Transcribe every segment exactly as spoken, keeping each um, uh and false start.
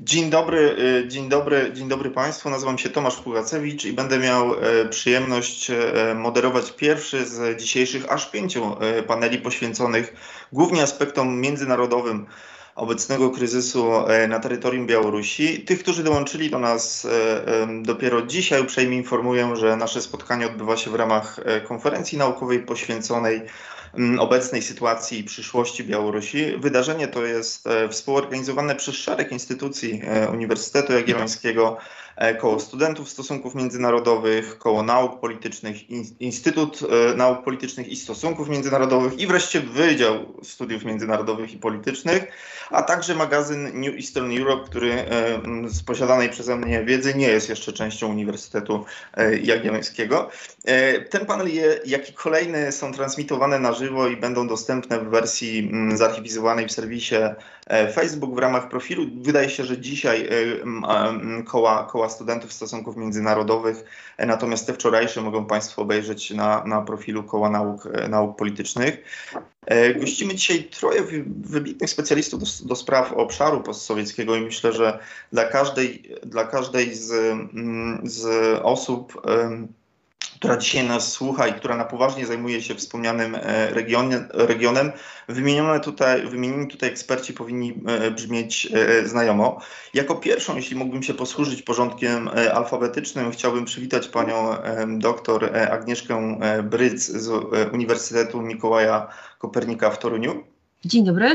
Dzień dobry, dzień dobry, dzień dobry Państwu. Nazywam się Tomasz Pługacewicz i będę miał przyjemność moderować pierwszy z dzisiejszych aż pięciu paneli poświęconych głównie aspektom międzynarodowym obecnego kryzysu na terytorium Białorusi. Tych, którzy dołączyli do nas dopiero dzisiaj, uprzejmie informuję, że nasze spotkanie odbywa się w ramach konferencji naukowej poświęconej obecnej sytuacji i przyszłości Białorusi. Wydarzenie to jest współorganizowane przez szereg instytucji Uniwersytetu Jagiellońskiego, Koło Studentów Stosunków Międzynarodowych, Koło Nauk Politycznych, Instytut Nauk Politycznych i Stosunków Międzynarodowych i wreszcie Wydział Studiów Międzynarodowych i Politycznych, a także magazyn New Eastern Europe, który z posiadanej przeze mnie wiedzy nie jest jeszcze częścią Uniwersytetu Jagiellońskiego. Ten panel, jak i kolejne, są transmitowane na żywo i będą dostępne w wersji zarchiwizowanej w serwisie Facebook w ramach profilu. Wydaje się, że dzisiaj koła, koła studentów stosunków międzynarodowych, natomiast te wczorajsze mogą Państwo obejrzeć na, na profilu Koła Nauk, Nauk Politycznych. Gościmy dzisiaj troje wybitnych specjalistów do, do spraw obszaru postsowieckiego i myślę, że dla każdej, dla każdej z, z osób, która dzisiaj nas słucha i która na poważnie zajmuje się wspomnianym regionie, regionem, wymienione tutaj, wymienieni tutaj eksperci powinni brzmieć znajomo. Jako pierwszą, jeśli mógłbym się posłużyć porządkiem alfabetycznym, chciałbym przywitać panią doktor Agnieszkę Bryc z Uniwersytetu Mikołaja Kopernika w Toruniu. Dzień dobry.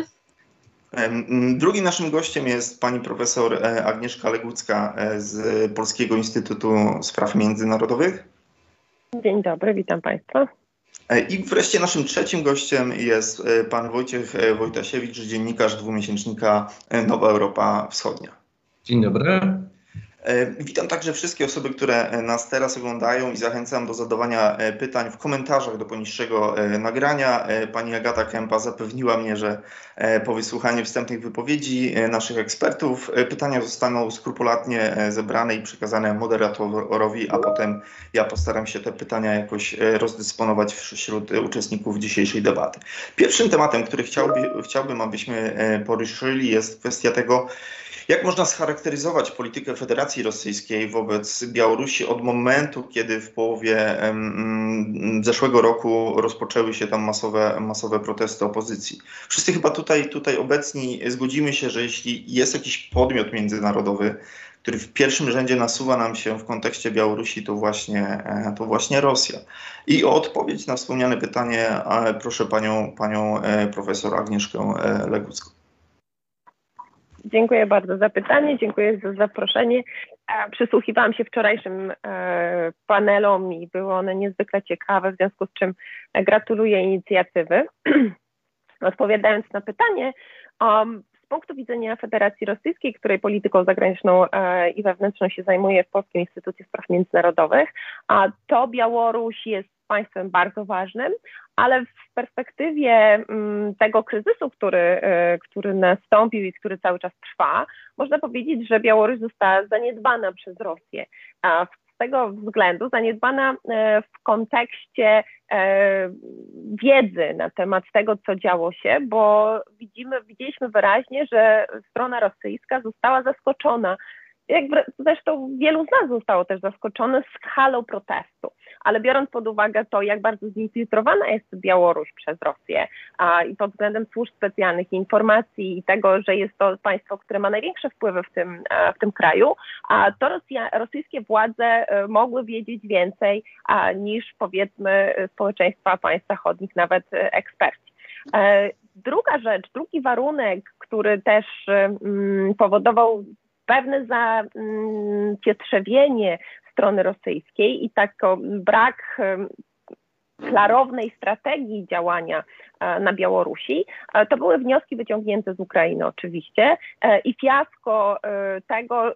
Drugim naszym gościem jest pani profesor Agnieszka Legucka z Polskiego Instytutu Spraw Międzynarodowych. Dzień dobry, witam Państwa. I wreszcie naszym trzecim gościem jest pan Wojciech Wojtasiewicz, dziennikarz dwumiesięcznika Nowa Europa Wschodnia. Dzień dobry. Witam także wszystkie osoby, które nas teraz oglądają i zachęcam do zadawania pytań w komentarzach do poniższego nagrania. Pani Agata Kępa zapewniła mnie, że po wysłuchaniu wstępnych wypowiedzi naszych ekspertów pytania zostaną skrupulatnie zebrane i przekazane moderatorowi, a potem ja postaram się te pytania jakoś rozdysponować wśród uczestników dzisiejszej debaty. Pierwszym tematem, który chciałby, chciałbym, abyśmy poruszyli, jest kwestia tego, jak można scharakteryzować politykę Federacji Rosyjskiej wobec Białorusi od momentu, kiedy w połowie um, zeszłego roku rozpoczęły się tam masowe, masowe protesty opozycji? Wszyscy chyba tutaj, tutaj obecni zgodzimy się, że jeśli jest jakiś podmiot międzynarodowy, który w pierwszym rzędzie nasuwa nam się w kontekście Białorusi, to właśnie, to właśnie Rosja. I o odpowiedź na wspomniane pytanie proszę panią, panią profesor Agnieszkę Legucką. Dziękuję bardzo za pytanie, dziękuję za zaproszenie. Przysłuchiwałam się wczorajszym panelom i były one niezwykle ciekawe, w związku z czym gratuluję inicjatywy. Odpowiadając na pytanie, z punktu widzenia Federacji Rosyjskiej, której polityką zagraniczną i wewnętrzną się zajmuje w Polskim Instytucie Spraw Międzynarodowych, to Białoruś jest państwem bardzo ważnym, ale w perspektywie tego kryzysu, który, który nastąpił i który cały czas trwa, można powiedzieć, że Białoruś została zaniedbana przez Rosję. A z tego względu zaniedbana w kontekście wiedzy na temat tego, co działo się, bo widzimy, widzieliśmy wyraźnie, że strona rosyjska została zaskoczona. Jak zresztą wielu z nas zostało też zaskoczonych skalą protestu, ale biorąc pod uwagę to, jak bardzo zinfiltrowana jest Białoruś przez Rosję a, i pod względem służb specjalnych, informacji i tego, że jest to państwo, które ma największe wpływy w tym, a, w tym kraju, a, to Rosja, rosyjskie władze a, mogły wiedzieć więcej a, niż powiedzmy społeczeństwa państw zachodnich, nawet a, eksperci. E, druga rzecz, drugi warunek, który też mm, powodował pewne zacietrzewienie strony rosyjskiej i taki brak klarownej strategii działania na Białorusi, to były wnioski wyciągnięte z Ukrainy oczywiście i fiasko tego,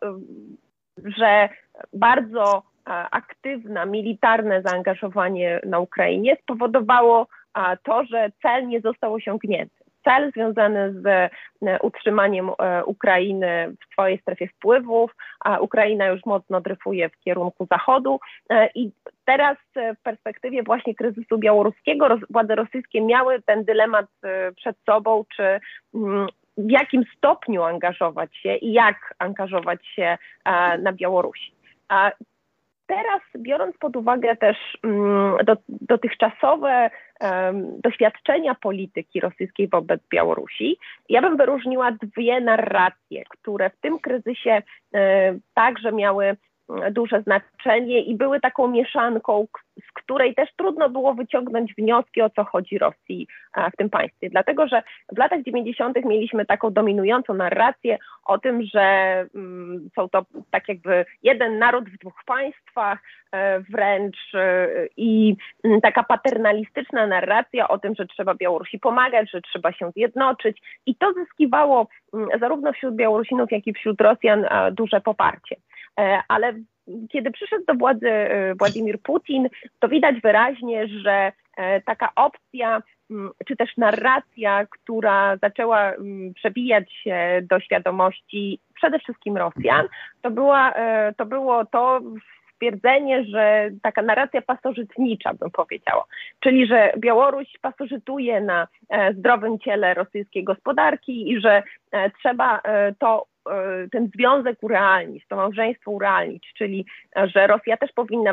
że bardzo aktywne militarne zaangażowanie na Ukrainie spowodowało to, że cel nie został osiągnięty. Cel związany z utrzymaniem Ukrainy w swojej strefie wpływów, a Ukraina już mocno dryfuje w kierunku zachodu i teraz w perspektywie właśnie kryzysu białoruskiego władze rosyjskie miały ten dylemat przed sobą, czy w jakim stopniu angażować się i jak angażować się na Białorusi. A teraz, biorąc pod uwagę też do, dotychczasowe um, doświadczenia polityki rosyjskiej wobec Białorusi, ja bym wyróżniła dwie narracje, które w tym kryzysie um, także miały duże znaczenie i były taką mieszanką, z której też trudno było wyciągnąć wnioski, o co chodzi Rosji w tym państwie. Dlatego, że w latach dziewięćdziesiątych mieliśmy taką dominującą narrację o tym, że um, są to tak jakby jeden naród w dwóch państwach, e, wręcz e, i m, taka paternalistyczna narracja o tym, że trzeba Białorusi pomagać, że trzeba się zjednoczyć i to zyskiwało m, zarówno wśród Białorusinów, jak i wśród Rosjan a, duże poparcie. E, ale kiedy przyszedł do władzy Władimir Putin, to widać wyraźnie, że taka opcja, czy też narracja, która zaczęła przebijać się do świadomości przede wszystkim Rosjan, to, była, to było to stwierdzenie, że taka narracja pasożytnicza, bym powiedziała, czyli że Białoruś pasożytuje na zdrowym ciele rosyjskiej gospodarki i że trzeba to ten związek urealnić, to małżeństwo urealnić, czyli że Rosja też powinna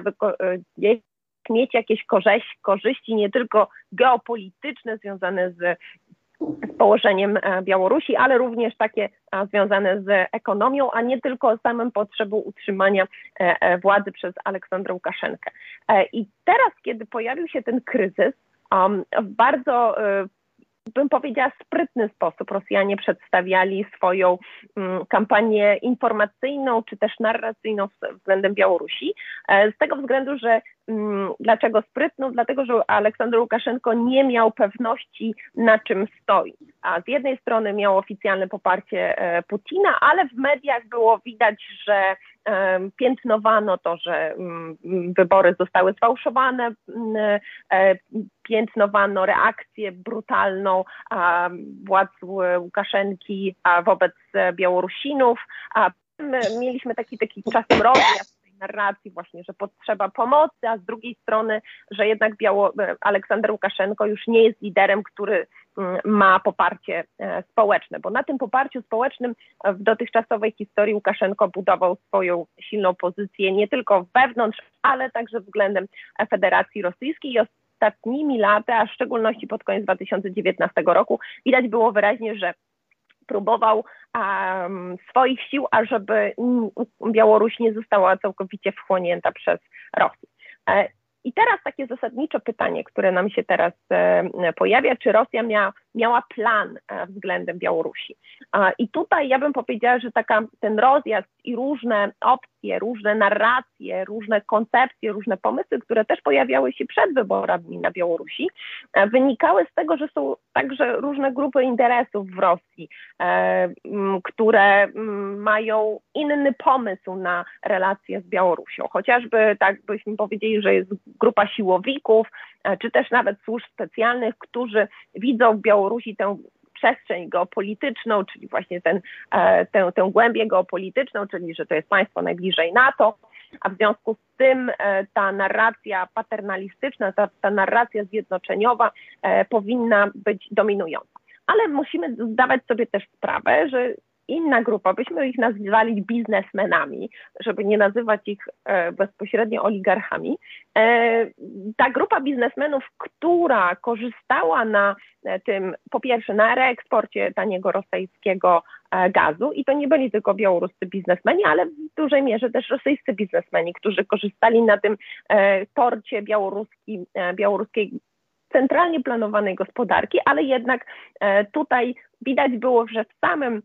mieć jakieś korzyści, korzyści nie tylko geopolityczne związane z, z położeniem Białorusi, ale również takie związane z ekonomią, a nie tylko samym potrzebą utrzymania władzy przez Aleksandra Łukaszenkę. I teraz, kiedy pojawił się ten kryzys, w bardzo bym powiedziała, sprytny sposób Rosjanie przedstawiali swoją um, kampanię informacyjną czy też narracyjną względem Białorusi. E, z tego względu, że um, dlaczego sprytną? Dlatego, że Aleksander Łukaszenko nie miał pewności, na czym stoi. A z jednej strony miał oficjalne poparcie e, Putina, ale w mediach było widać, że e, piętnowano to, że m, wybory zostały sfałszowane, e, piętnowano reakcję brutalną a, władz Łukaszenki a, wobec Białorusinów. A my mieliśmy taki, taki czasem rozjazd tej narracji właśnie, że potrzeba pomocy, a z drugiej strony, że jednak Biało- Aleksander Łukaszenko już nie jest liderem, który ma poparcie społeczne, bo na tym poparciu społecznym w dotychczasowej historii Łukaszenko budował swoją silną pozycję nie tylko wewnątrz, ale także względem Federacji Rosyjskiej i ostatnimi laty, a w szczególności pod koniec dwa tysiące dziewiętnastego roku, widać było wyraźnie, że próbował um, swoich sił, ażeby Białoruś nie została całkowicie wchłonięta przez Rosję. E, I teraz takie zasadnicze pytanie, które nam się teraz e, pojawia, czy Rosja mia, miała plan e, względem Białorusi? E, I tutaj ja bym powiedziała, że taka, ten rozjazd i różne opcje, różne narracje, różne koncepcje, różne pomysły, które też pojawiały się przed wyborami na Białorusi, e, wynikały z tego, że są także różne grupy interesów w Rosji, e, m, które m, mają inny pomysł na relacje z Białorusią. Chociażby tak byśmy powiedzieli, że jest grupa siłowików, e, czy też nawet służb specjalnych, którzy widzą w Białorusi tę przestrzeń geopolityczną, czyli właśnie ten, e, tę, tę głębię geopolityczną, czyli że to jest państwo najbliżej NATO, a w związku z tym e, ta narracja paternalistyczna, ta, ta narracja zjednoczeniowa e, powinna być dominująca. Ale musimy zdawać sobie też sprawę, że inna grupa, byśmy ich nazywali biznesmenami, żeby nie nazywać ich e, bezpośrednio oligarchami. E, ta grupa biznesmenów, która korzystała na e, tym, po pierwsze na reeksporcie taniego rosyjskiego e, gazu i to nie byli tylko białoruscy biznesmeni, ale w dużej mierze też rosyjscy biznesmeni, którzy korzystali na tym e, torcie białoruskim, e, białoruskiej centralnie planowanej gospodarki, ale jednak e, tutaj widać było, że w samym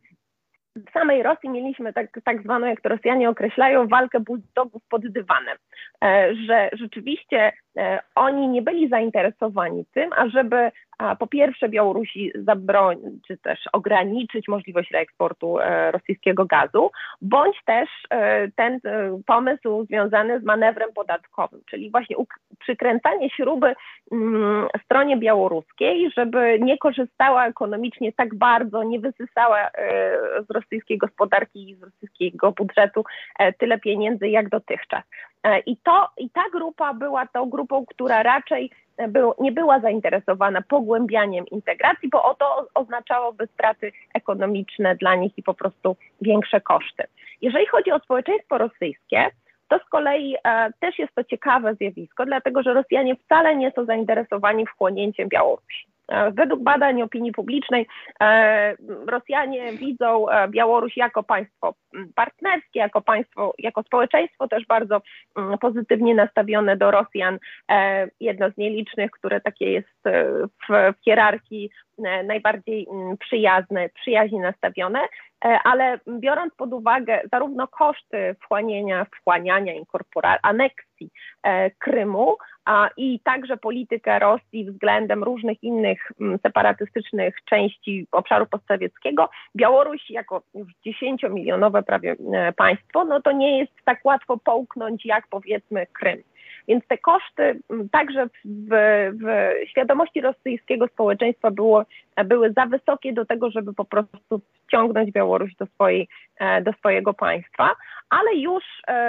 W samej Rosji mieliśmy tak, tak zwaną, jak to Rosjanie określają, walkę bulldogów pod dywanem, e, że rzeczywiście e, oni nie byli zainteresowani tym, ażeby a, po pierwsze Białorusi zabronić, czy też ograniczyć możliwość reeksportu e, rosyjskiego gazu, bądź też e, ten e, pomysł związany z manewrem podatkowym, czyli właśnie przykręcanie śruby mm, stronie białoruskiej, żeby nie korzystała ekonomicznie tak bardzo, nie wysysała e, z rosyjskiej gospodarki i z rosyjskiego budżetu e, tyle pieniędzy jak dotychczas. I, to, I ta grupa była tą grupą, która raczej był, nie była zainteresowana pogłębianiem integracji, bo to oznaczałoby straty ekonomiczne dla nich i po prostu większe koszty. Jeżeli chodzi o społeczeństwo rosyjskie, to z kolei e, też jest to ciekawe zjawisko, dlatego że Rosjanie wcale nie są zainteresowani wchłonięciem Białorusi. E, według badań opinii publicznej e, Rosjanie widzą e, Białoruś jako państwo partnerskie, jako państwo, jako społeczeństwo też bardzo m, pozytywnie nastawione do Rosjan. E, jedno z nielicznych, które takie jest e, w, w hierarchii e, najbardziej m, przyjazne, przyjaźnie nastawione. Ale biorąc pod uwagę zarówno koszty wchłaniania, wchłaniania, inkorporacji, aneksji e, Krymu, a i także politykę Rosji względem różnych innych m, separatystycznych części obszaru postsowieckiego, Białoruś jako już dziesięciomilionowe prawie e, państwo, no to nie jest tak łatwo połknąć jak powiedzmy Krym. Więc te koszty także w, w świadomości rosyjskiego społeczeństwa było, były za wysokie do tego, żeby po prostu wciągnąć Białoruś do, swojej, do swojego państwa, ale już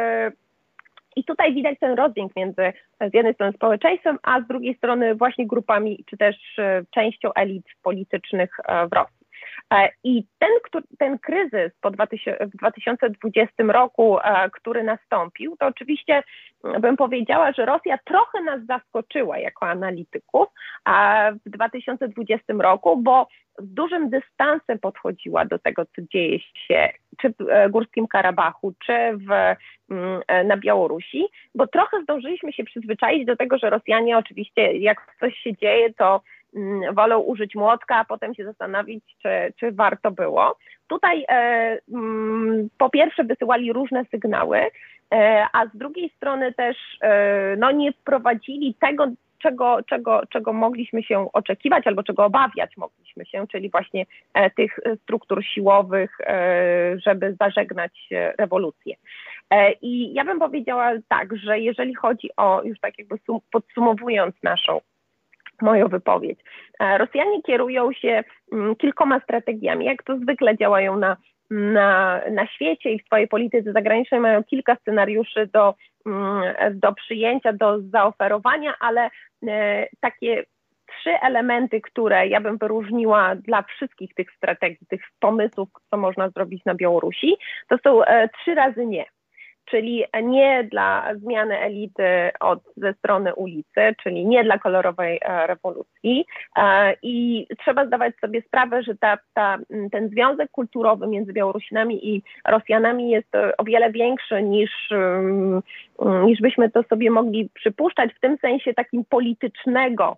i tutaj widać ten rozdźwięk między z jednej strony społeczeństwem, a z drugiej strony właśnie grupami, czy też częścią elit politycznych w Rosji. I ten, ten kryzys po w dwa tysiące dwudziestym roku, który nastąpił, to oczywiście bym powiedziała, że Rosja trochę nas zaskoczyła jako analityków w dwa tysiące dwudziestym roku, bo z dużym dystansem podchodziła do tego, co dzieje się czy w Górskim Karabachu, czy w, na Białorusi, bo trochę zdążyliśmy się przyzwyczaić do tego, że Rosjanie oczywiście jak coś się dzieje, to wolą użyć młotka, a potem się zastanowić, czy, czy warto było. Tutaj e, m, po pierwsze wysyłali różne sygnały, e, a z drugiej strony też e, no, nie wprowadzili tego, czego, czego, czego mogliśmy się oczekiwać albo czego obawiać mogliśmy się, czyli właśnie e, tych struktur siłowych, e, żeby zażegnać rewolucję. E, I ja bym powiedziała tak, że jeżeli chodzi o, już tak jakby sum, podsumowując naszą moją wypowiedź. Rosjanie kierują się kilkoma strategiami, jak to zwykle działają na, na, na świecie i w swojej polityce zagranicznej mają kilka scenariuszy do, do przyjęcia, do zaoferowania, ale takie trzy elementy, które ja bym wyróżniła dla wszystkich tych strategii, tych pomysłów, co można zrobić na Białorusi, to są trzy razy nie. Czyli nie dla zmiany elity od, ze strony ulicy, czyli nie dla kolorowej e, rewolucji. E, I trzeba zdawać sobie sprawę, że ta, ta, ten związek kulturowy między Białorusinami i Rosjanami jest o wiele większy niż, um, niż byśmy to sobie mogli przypuszczać, w tym sensie takim politycznego,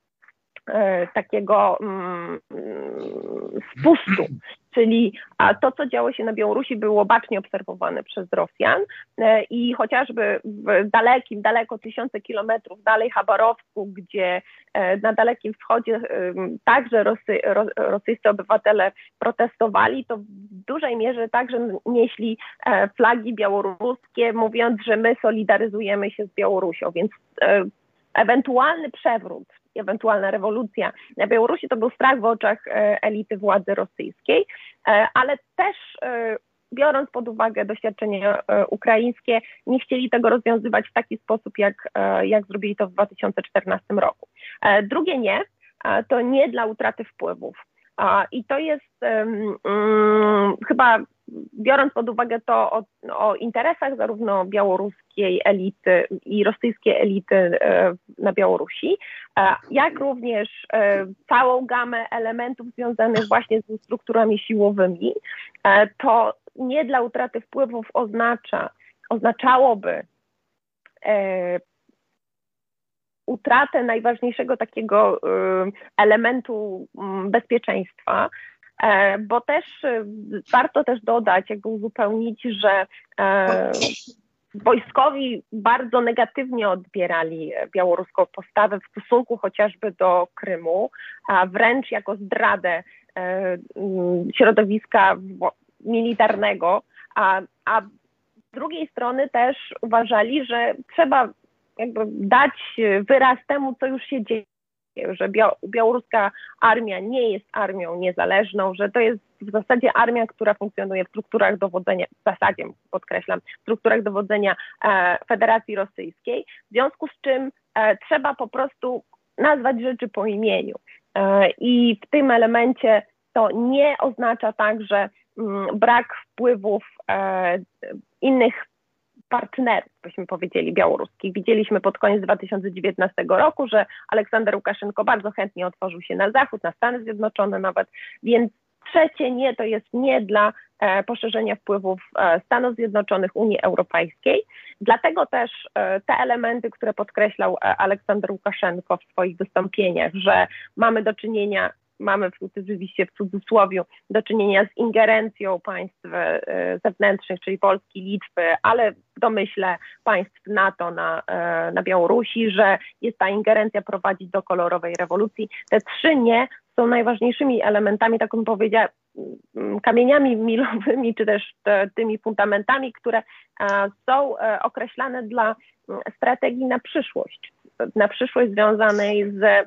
e, takiego um, spustu. Czyli a to, co działo się na Białorusi, było bacznie obserwowane przez Rosjan e, i chociażby w dalekim, daleko tysiące kilometrów dalej Chabarowsku, gdzie e, na Dalekim Wschodzie e, także Rosy, ro, rosyjscy obywatele protestowali, to w dużej mierze także nieśli e, flagi białoruskie, mówiąc, że my solidaryzujemy się z Białorusią, więc e, ewentualny przewrót, ewentualna rewolucja na Białorusi to był strach w oczach elity władzy rosyjskiej, ale też biorąc pod uwagę doświadczenia ukraińskie, nie chcieli tego rozwiązywać w taki sposób, jak, jak zrobili to w dwa tysiące czternastym roku. Drugie nie, to nie dla utraty wpływów. I to jest um, um, chyba, biorąc pod uwagę to o, o interesach zarówno białoruskiej elity i rosyjskiej elity e, na Białorusi, e, jak również e, całą gamę elementów związanych właśnie z strukturami siłowymi, e, to nie dla utraty wpływów oznacza, oznaczałoby e, utratę najważniejszego takiego elementu bezpieczeństwa, bo też warto też dodać, jakby uzupełnić, że wojskowi bardzo negatywnie odbierali białoruską postawę w stosunku chociażby do Krymu, a wręcz jako zdradę środowiska militarnego, a, a z drugiej strony też uważali, że trzeba jakby dać wyraz temu, co już się dzieje że białoruska armia nie jest armią niezależną, że to jest w zasadzie armia, która funkcjonuje w strukturach dowodzenia, w zasadzie podkreślam, w strukturach dowodzenia e, Federacji Rosyjskiej, w związku z czym e, trzeba po prostu nazwać rzeczy po imieniu. E, I w tym elemencie to nie oznacza tak, że m, brak wpływów e, innych partnerów, byśmy powiedzieli, białoruskich. Widzieliśmy pod koniec dwa tysiące dziewiętnastego roku, że Aleksander Łukaszenko bardzo chętnie otworzył się na Zachód, na Stany Zjednoczone nawet, więc trzecie nie to jest nie dla e, poszerzenia wpływów e, Stanów Zjednoczonych, Unii Europejskiej. Dlatego też e, te elementy, które podkreślał e, Aleksander Łukaszenko w swoich wystąpieniach, że mamy do czynienia mamy oczywiście w cudzysłowie do czynienia z ingerencją państw zewnętrznych, czyli Polski, Litwy, ale w domyśle państw NATO na, na Białorusi, że jest ta ingerencja prowadzić do kolorowej rewolucji. Te trzy nie są najważniejszymi elementami, tak bym powiedziała, kamieniami milowymi, czy też te, tymi fundamentami, które są określane dla strategii na przyszłość. Na przyszłość związanej z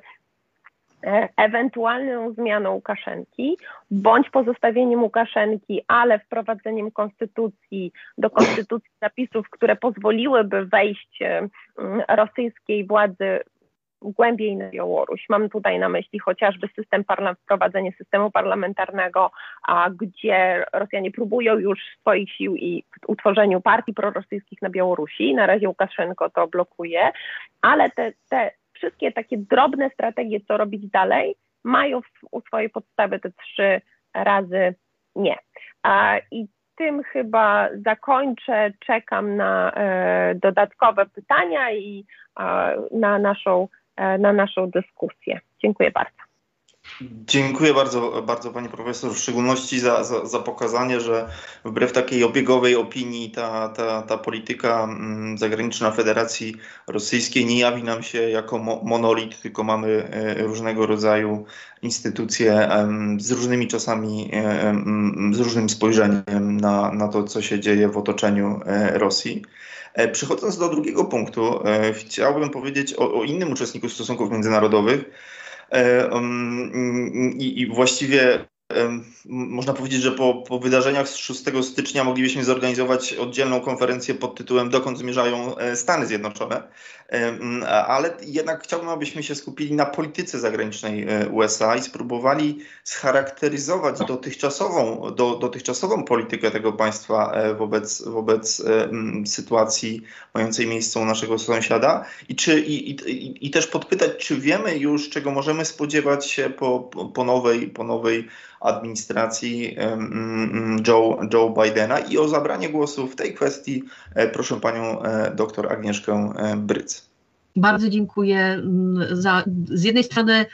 ewentualną zmianą Łukaszenki, bądź pozostawieniem Łukaszenki, ale wprowadzeniem konstytucji, do konstytucji zapisów, które pozwoliłyby wejść rosyjskiej władzy głębiej na Białoruś. Mam tutaj na myśli chociażby system parla- wprowadzenie systemu parlamentarnego, a gdzie Rosjanie próbują już swoich sił i w utworzeniu partii prorosyjskich na Białorusi. Na razie Łukaszenko to blokuje, ale te, te wszystkie takie drobne strategie, co robić dalej, mają w, u swojej podstawy te trzy razy nie. A, I tym chyba zakończę. Czekam na e, dodatkowe pytania i e, na, naszą, e, na naszą dyskusję. Dziękuję bardzo. Dziękuję bardzo, bardzo Pani Profesor, w szczególności za, za, za pokazanie, że wbrew takiej obiegowej opinii ta, ta, ta polityka zagraniczna Federacji Rosyjskiej nie jawi nam się jako mo monolit, tylko mamy różnego rodzaju instytucje z różnymi czasami, z różnym spojrzeniem na, na to, co się dzieje w otoczeniu Rosji. Przechodząc do drugiego punktu, chciałbym powiedzieć o, o innym uczestniku stosunków międzynarodowych, I, i właściwie można powiedzieć, że po, po wydarzeniach z szóstego stycznia moglibyśmy zorganizować oddzielną konferencję pod tytułem "Dokąd zmierzają Stany Zjednoczone?", ale jednak chciałbym, abyśmy się skupili na polityce zagranicznej U S A i spróbowali scharakteryzować dotychczasową, do, dotychczasową politykę tego państwa wobec, wobec sytuacji mającej miejsce u naszego sąsiada i, czy, i, i, i też podpytać, czy wiemy już, czego możemy spodziewać się po, po, nowej, po nowej administracji Joe, Joe Bidena. I o zabranie głosu w tej kwestii proszę panią dr Agnieszkę Bryc. Bardzo dziękuję za z jednej strony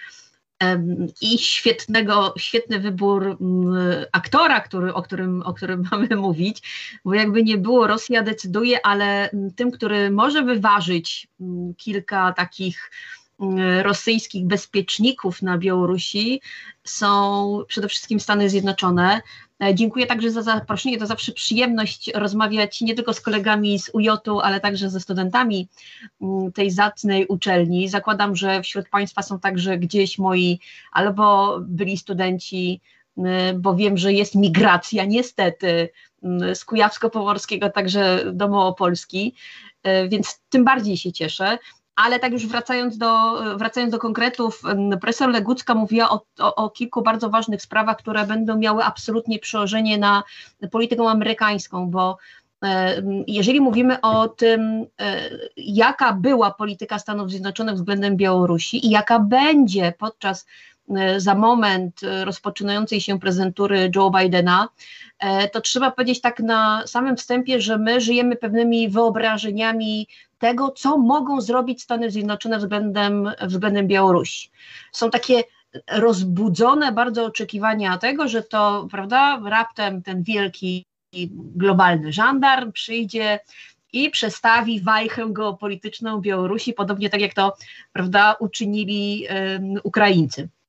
i świetnego, świetny wybór aktora, który, o, którym, o którym mamy mówić, bo jakby nie było, Rosja decyduje, ale tym, który może wyważyć kilka takich rosyjskich bezpieczników na Białorusi, są przede wszystkim Stany Zjednoczone. Dziękuję także za zaproszenie, to zawsze przyjemność rozmawiać nie tylko z kolegami z U J u, ale także ze studentami tej zacnej uczelni. Zakładam, że wśród Państwa są także gdzieś moi albo byli studenci, bo wiem, że jest migracja niestety z Kujawsko-Pomorskiego także do Małopolski, więc tym bardziej się cieszę. Ale tak już wracając do, wracając do konkretów, profesor Legucka mówiła o, o, o kilku bardzo ważnych sprawach, które będą miały absolutnie przełożenie na politykę amerykańską, bo e, jeżeli mówimy o tym, e, jaka była polityka Stanów Zjednoczonych względem Białorusi i jaka będzie podczas e, za moment rozpoczynającej się prezydentury Joe Bidena, e, to trzeba powiedzieć tak na samym wstępie, że my żyjemy pewnymi wyobrażeniami tego, co mogą zrobić Stany Zjednoczone względem, względem Białorusi. Są takie rozbudzone bardzo oczekiwania tego, że to, prawda, raptem ten wielki globalny żandarm przyjdzie i przestawi wajchę geopolityczną Białorusi, podobnie tak jak to, prawda, uczynili um, Ukraińcy.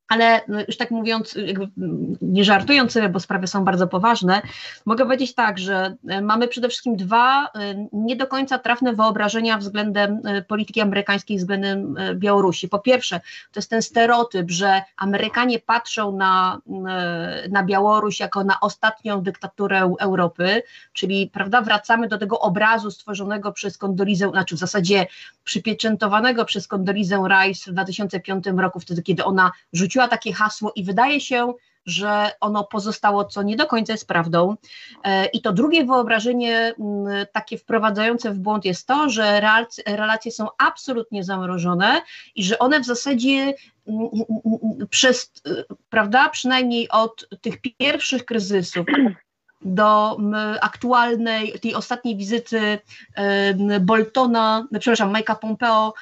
Ale już tak mówiąc, jakby nie żartując sobie, bo sprawy są bardzo poważne, mogę powiedzieć tak, że mamy przede wszystkim dwa nie do końca trafne wyobrażenia względem polityki amerykańskiej względem Białorusi. Po pierwsze, to jest ten stereotyp, że Amerykanie patrzą na, na Białoruś jako na ostatnią dyktaturę Europy, czyli prawda, wracamy do tego obrazu stworzonego przez Kondolizę, znaczy w zasadzie przypieczętowanego przez Kondolizę Rice w dwa tysiące piątym roku, wtedy kiedy ona rzuciła takie hasło i wydaje się, że ono pozostało, co nie do końca jest prawdą. I to drugie wyobrażenie takie wprowadzające w błąd jest to, że relacje są absolutnie zamrożone i że one w zasadzie przez, prawda, przynajmniej od tych pierwszych kryzysów do aktualnej, tej ostatniej wizyty Boltona, przepraszam, Mike'a Pompeo,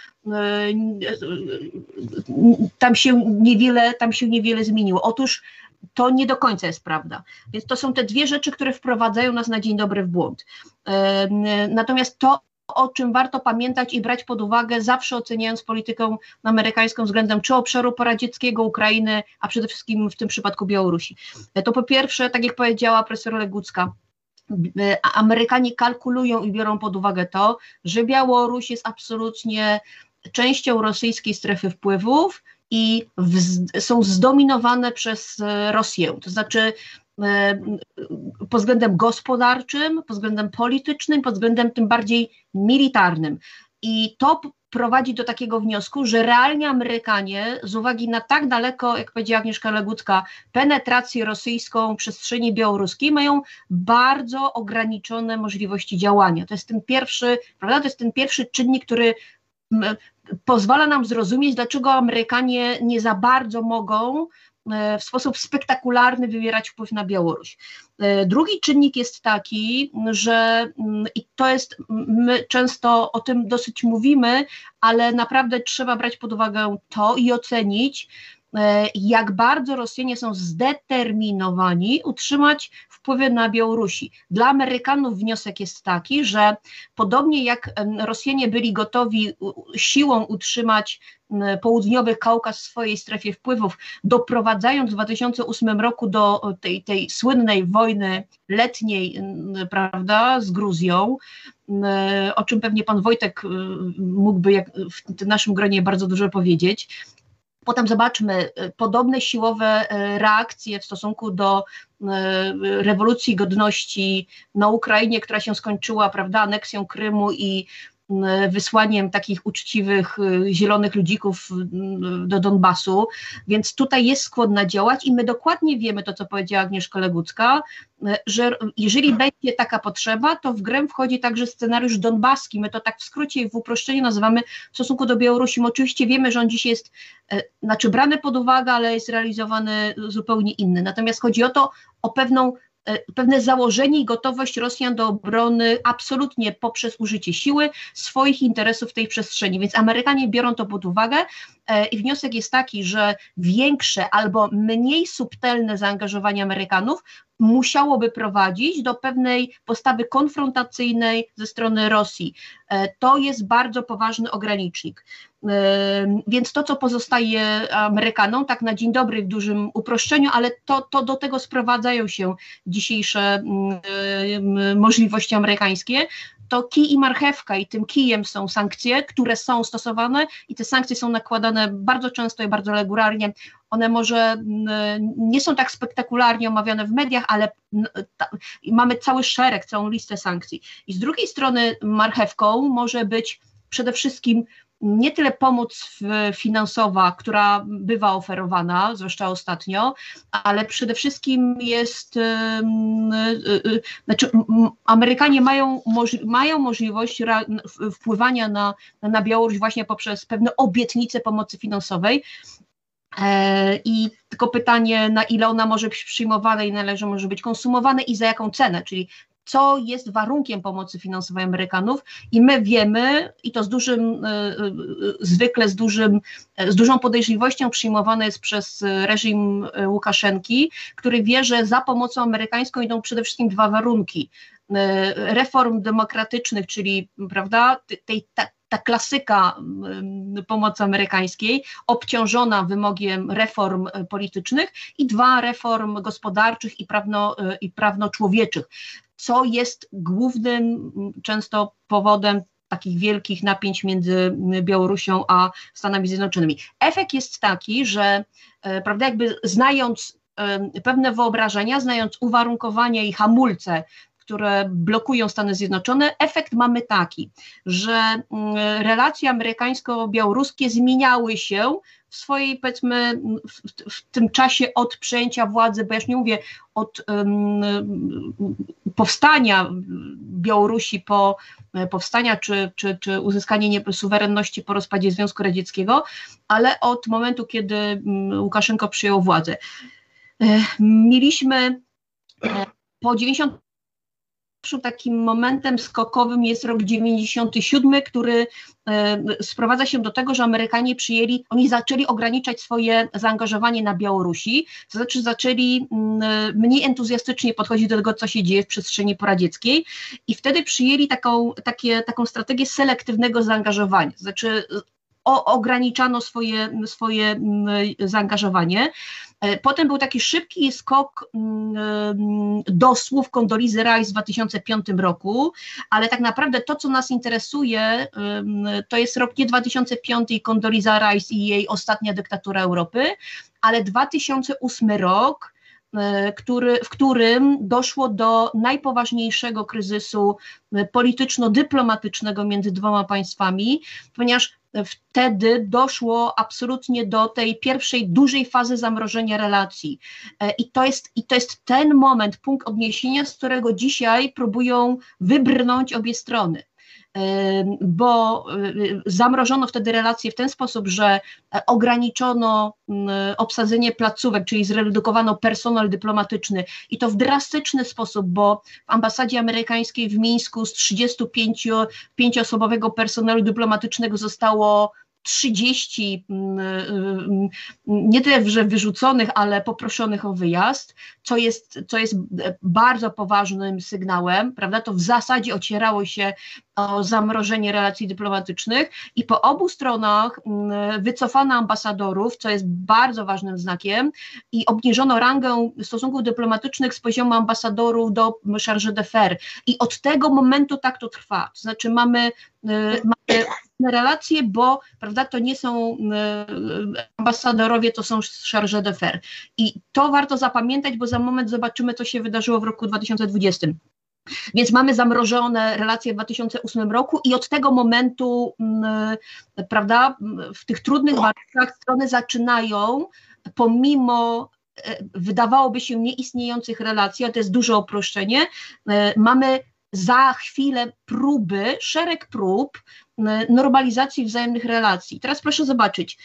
tam się niewiele, tam się niewiele zmieniło. Otóż to nie do końca jest prawda. Więc to są te dwie rzeczy, które wprowadzają nas na dzień dobry w błąd. Natomiast to, o czym warto pamiętać i brać pod uwagę, zawsze oceniając politykę amerykańską względem czy obszaru poradzieckiego, Ukrainy, a przede wszystkim w tym przypadku Białorusi. To po pierwsze, tak jak powiedziała profesor Legucka, Amerykanie kalkulują i biorą pod uwagę to, że Białoruś jest absolutnie częścią rosyjskiej strefy wpływów i w, są zdominowane przez Rosję. To znaczy pod względem gospodarczym, pod względem politycznym, pod względem tym bardziej militarnym. I to prowadzi do takiego wniosku, że realnie Amerykanie z uwagi na tak daleko, jak powiedziała Agnieszka Legucka, penetrację rosyjską przestrzeni białoruskiej mają bardzo ograniczone możliwości działania. To jest ten pierwszy, prawda, to jest ten pierwszy czynnik, który m, pozwala nam zrozumieć, dlaczego Amerykanie nie za bardzo mogą w sposób spektakularny wywierać wpływ na Białoruś. Drugi czynnik jest taki, że i to jest, my często o tym dosyć mówimy, ale naprawdę trzeba brać pod uwagę to i ocenić, jak bardzo Rosjanie są zdeterminowani utrzymać wpływy na Białorusi. Dla Amerykanów wniosek jest taki, że podobnie jak Rosjanie byli gotowi siłą utrzymać południowy Kaukaz w swojej strefie wpływów, doprowadzając w dwa tysiące ósmym roku do tej, tej słynnej wojny letniej, prawda, z Gruzją, o czym pewnie pan Wojtek mógłby jak w tym naszym gronie bardzo dużo powiedzieć. Potem zobaczmy podobne siłowe reakcje w stosunku do rewolucji godności na Ukrainie, która się skończyła, prawda, aneksją Krymu i wysłaniem takich uczciwych, zielonych ludzików do Donbasu, więc tutaj jest skłonna działać i my dokładnie wiemy to, co powiedziała Agnieszka Legucka, że jeżeli będzie taka potrzeba, to w grę wchodzi także scenariusz donbaski, my to tak w skrócie i w uproszczeniu nazywamy w stosunku do Białorusi. My oczywiście wiemy, że on dziś jest, znaczy brany pod uwagę, ale jest realizowany zupełnie inny, natomiast chodzi o to, o pewną pewne założenie i gotowość Rosjan do obrony absolutnie poprzez użycie siły swoich interesów w tej przestrzeni, więc Amerykanie biorą to pod uwagę i wniosek jest taki, że większe albo mniej subtelne zaangażowanie Amerykanów musiałoby prowadzić do pewnej postawy konfrontacyjnej ze strony Rosji. To jest bardzo poważny ogranicznik. Więc to, co pozostaje Amerykanom, tak na dzień dobry w dużym uproszczeniu, ale to, to do tego sprowadzają się dzisiejsze możliwości amerykańskie, to kij i marchewka i tym kijem są sankcje, które są stosowane i te sankcje są nakładane bardzo często i bardzo regularnie. One może nie są tak spektakularnie omawiane w mediach, ale ta, mamy cały szereg, całą listę sankcji. I z drugiej strony marchewką może być przede wszystkim nie tyle pomoc finansowa, która bywa oferowana, zwłaszcza ostatnio, ale przede wszystkim jest, yy, znaczy Amerykanie mają, moż, mają możliwość ra, wpływania na, na Białoruś właśnie poprzez pewne obietnice pomocy finansowej. I tylko pytanie, na ile ona może być przyjmowana i na ile może być konsumowana i za jaką cenę, czyli co jest warunkiem pomocy finansowej Amerykanów i my wiemy, i to z dużym, zwykle z, dużym, z dużą podejrzliwością przyjmowane jest przez reżim Łukaszenki, który wie, że za pomocą amerykańską idą przede wszystkim dwa warunki. Reform demokratycznych, czyli prawda, tej, ta, ta klasyka pomocy amerykańskiej, obciążona wymogiem reform politycznych i dwa, reform gospodarczych i, prawno, i prawno-człowieczych, co jest głównym często powodem takich wielkich napięć między Białorusią a Stanami Zjednoczonymi. Efekt jest taki, że prawda, jakby znając pewne wyobrażenia, znając uwarunkowania i hamulce, które blokują Stany Zjednoczone, efekt mamy taki, że relacje amerykańsko-białoruskie zmieniały się w swojej, powiedzmy, w, w tym czasie od przejęcia władzy, bo ja już nie mówię od um, powstania Białorusi po powstania czy, czy, czy uzyskanie nie, suwerenności po rozpadzie Związku Radzieckiego, ale od momentu, kiedy Łukaszenko przyjął władzę. Mieliśmy po dziewięćdziesiątym takim momentem skokowym jest rok dziewięćdziesiąty siódmy, który e, sprowadza się do tego, że Amerykanie przyjęli, oni zaczęli ograniczać swoje zaangażowanie na Białorusi, to znaczy zaczęli m, mniej entuzjastycznie podchodzić do tego, co się dzieje w przestrzeni poradzieckiej i wtedy przyjęli taką, takie, taką strategię selektywnego zaangażowania, to znaczy o, ograniczano swoje, swoje m, zaangażowanie. Potem był taki szybki skok do słów Condoleezza Rice w dwa tysiące piątym roku, ale tak naprawdę to, co nas interesuje, to jest rok nie dwa tysiące piąty i Condoleezza Rice i jej ostatnia dyktatura Europy, ale dwa tysiące ósmy rok, który, w którym doszło do najpoważniejszego kryzysu polityczno-dyplomatycznego między dwoma państwami, ponieważ wtedy doszło absolutnie do tej pierwszej dużej fazy zamrożenia relacji. I to jest, i to jest ten moment, punkt odniesienia, z którego dzisiaj próbują wybrnąć obie strony. Bo zamrożono wtedy relacje w ten sposób, że ograniczono obsadzenie placówek, czyli zredukowano personel dyplomatyczny i to w drastyczny sposób, bo w ambasadzie amerykańskiej w Mińsku z trzydziestopięcioosobowego personelu dyplomatycznego zostało trzydzieści, nie tyle, że wyrzuconych, ale poproszonych o wyjazd, co jest, co jest bardzo poważnym sygnałem, prawda? To w zasadzie ocierało się o zamrożenie relacji dyplomatycznych i po obu stronach wycofano ambasadorów, co jest bardzo ważnym znakiem i obniżono rangę stosunków dyplomatycznych z poziomu ambasadorów do chargé d'affaires i od tego momentu tak to trwa, to znaczy mamy, mamy relacje, bo prawda, to nie są ambasadorowie, to są chargé d'affaires i to warto zapamiętać, bo za moment zobaczymy, co się wydarzyło w roku dwa tysiące dwudziestym. Więc mamy zamrożone relacje w dwa tysiące ósmym roku i od tego momentu, prawda, w tych trudnych warunkach strony zaczynają, pomimo wydawałoby się nieistniejących relacji, a to jest duże uproszczenie, mamy za chwilę próby, szereg prób normalizacji wzajemnych relacji. Teraz proszę zobaczyć,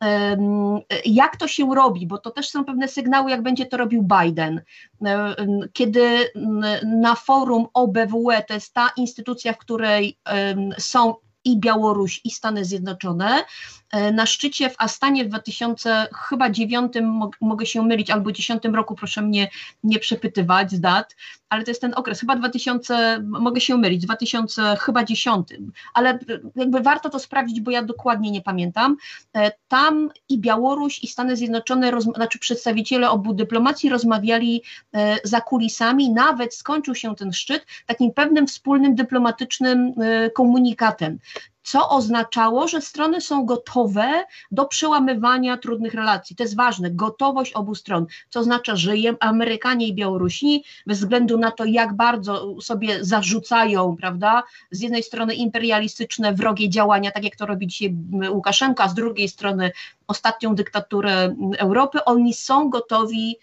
jak to się robi, bo to też są pewne sygnały, jak będzie to robił Biden. Kiedy na forum O B W E, to jest ta instytucja, w której są i Białoruś, i Stany Zjednoczone, na szczycie w Astanie w dwa tysiące dziewiątym, mogę się mylić, albo dziesiątym roku, proszę mnie nie przepytywać z dat, ale to jest ten okres, chyba dwa tysiące, mogę się mylić, dwa tysiące dziesiątym, ale jakby warto to sprawdzić, bo ja dokładnie nie pamiętam. Tam i Białoruś, i Stany Zjednoczone, roz, znaczy przedstawiciele obu dyplomacji rozmawiali za kulisami, nawet skończył się ten szczyt takim pewnym wspólnym dyplomatycznym komunikatem, co oznaczało, że strony są gotowe do przełamywania trudnych relacji. To jest ważne, gotowość obu stron, co oznacza, że Amerykanie i Białorusini, bez względu na to, jak bardzo sobie zarzucają, prawda, z jednej strony imperialistyczne, wrogie działania, tak jak to robi dzisiaj Łukaszenko, a z drugiej strony ostatnią dyktaturę Europy, oni są gotowi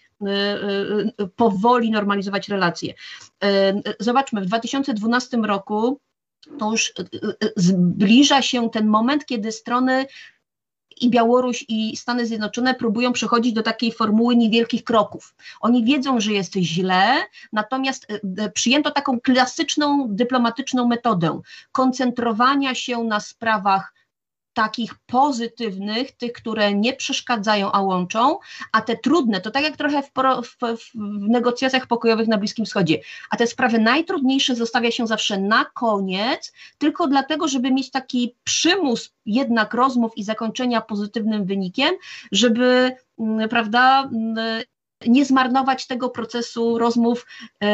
powoli normalizować relacje. Zobaczmy, w dwa tysiące dwunastym roku to już zbliża się ten moment, kiedy strony i Białoruś, i Stany Zjednoczone próbują przechodzić do takiej formuły niewielkich kroków. Oni wiedzą, że jest źle, natomiast przyjęto taką klasyczną dyplomatyczną metodę koncentrowania się na sprawach takich pozytywnych, tych, które nie przeszkadzają, a łączą, a te trudne, to tak jak trochę w, w, w negocjacjach pokojowych na Bliskim Wschodzie, a te sprawy najtrudniejsze zostawia się zawsze na koniec, tylko dlatego, żeby mieć taki przymus jednak rozmów i zakończenia pozytywnym wynikiem, żeby, prawda, nie zmarnować tego procesu rozmów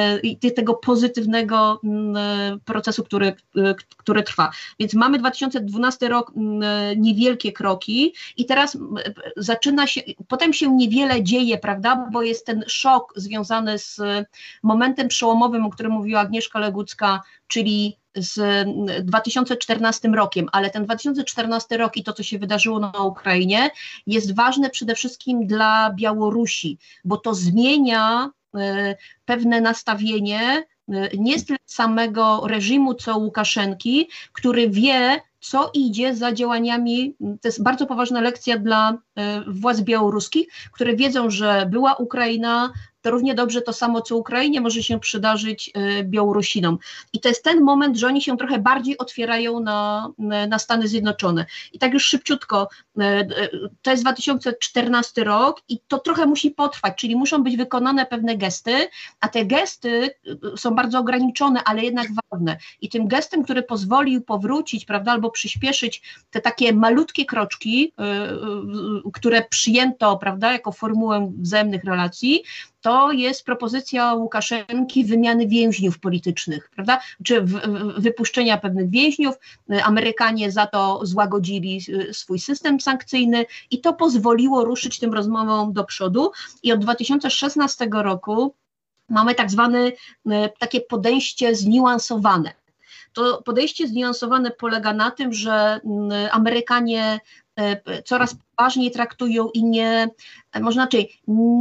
i e, tego pozytywnego m, procesu, który, e, który trwa. Więc mamy dwa tysiące dwunasty rok, m, niewielkie kroki i teraz m, zaczyna się, potem się niewiele dzieje, prawda, bo jest ten szok związany z momentem przełomowym, o którym mówiła Agnieszka Legucka, czyli z dwa tysiące czternastym rokiem, ale ten dwa tysiące czternasty rok i to, co się wydarzyło na Ukrainie, jest ważne przede wszystkim dla Białorusi, bo to zmienia y, pewne nastawienie y, nie z tyle samego reżimu, co Łukaszenki, który wie, co idzie za działaniami, to jest bardzo poważna lekcja dla y, władz białoruskich, które wiedzą, że była Ukraina, to równie dobrze to samo, co Ukrainie może się przydarzyć y, Białorusinom. I to jest ten moment, że oni się trochę bardziej otwierają na, na Stany Zjednoczone. I tak już szybciutko, y, y, to jest dwa tysiące czternasty rok i to trochę musi potrwać, czyli muszą być wykonane pewne gesty, a te gesty y, są bardzo ograniczone, ale jednak ważne. I tym gestem, który pozwolił powrócić, prawda, albo przyspieszyć te takie malutkie kroczki, y, y, które przyjęto, prawda, jako formułę wzajemnych relacji, to jest propozycja Łukaszenki wymiany więźniów politycznych, prawda? Czy w, w, wypuszczenia pewnych więźniów. Amerykanie za to złagodzili swój system sankcyjny i to pozwoliło ruszyć tym rozmowom do przodu. I od dwa tysiące szesnastego roku mamy tak zwane takie podejście zniuansowane. To podejście zniuansowane polega na tym, że Amerykanie coraz poważniej traktują i nie, może inaczej,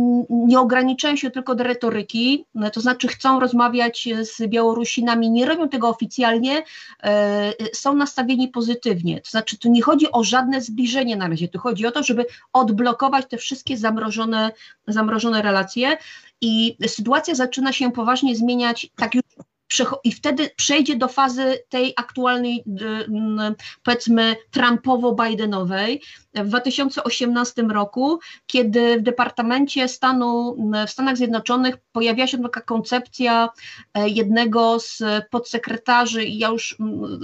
nie ograniczają się tylko do retoryki, to znaczy chcą rozmawiać z Białorusinami, nie robią tego oficjalnie, są nastawieni pozytywnie, to znaczy tu nie chodzi o żadne zbliżenie na razie, tu chodzi o to, żeby odblokować te wszystkie zamrożone, zamrożone relacje i sytuacja zaczyna się poważnie zmieniać, tak już i wtedy przejdzie do fazy tej aktualnej, powiedzmy, Trumpowo-Bidenowej w dwa tysiące osiemnastym roku, kiedy w Departamencie Stanu w Stanach Zjednoczonych pojawiła się taka koncepcja jednego z podsekretarzy i ja już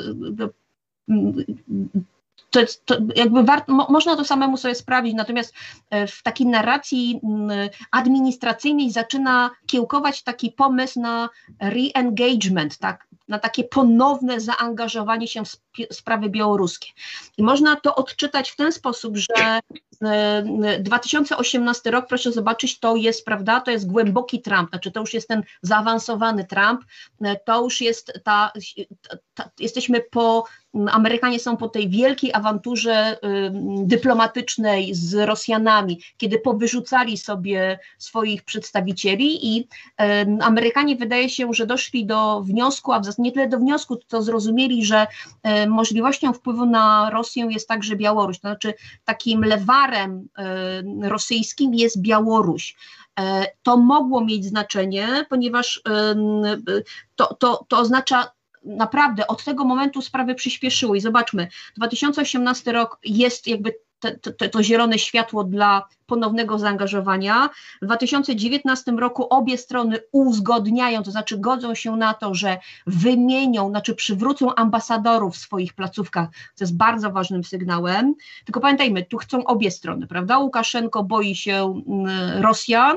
To, jest, to jakby warto, mo, można to samemu sobie sprawdzić, natomiast w takiej narracji administracyjnej zaczyna kiełkować taki pomysł na re-engagement, tak, na takie ponowne zaangażowanie się w sp- sprawy białoruskie. I można to odczytać w ten sposób, że dwa tysiące osiemnasty rok, proszę zobaczyć, to jest, prawda, to jest głęboki Trump, znaczy to już jest ten zaawansowany Trump, to już jest ta, ta, ta jesteśmy po, Amerykanie są po tej wielkiej awanturze y, dyplomatycznej z Rosjanami, kiedy powyrzucali sobie swoich przedstawicieli i y, Amerykanie wydaje się, że doszli do wniosku, a w zasadzie nie tyle do wniosku, to zrozumieli, że y, możliwością wpływu na Rosję jest także Białoruś, to znaczy takim lewarem y, rosyjskim jest Białoruś. To mogło mieć znaczenie, ponieważ y, to, to, to oznacza naprawdę od tego momentu sprawy przyspieszyły i zobaczmy, dwa tysiące osiemnasty rok jest jakby te, te, to zielone światło dla ponownego zaangażowania. W dwa tysiące dziewiętnastym roku obie strony uzgodniają, to znaczy godzą się na to, że wymienią, znaczy przywrócą ambasadorów w swoich placówkach, co jest bardzo ważnym sygnałem. Tylko pamiętajmy, tu chcą obie strony, prawda? Łukaszenko boi się Rosjan,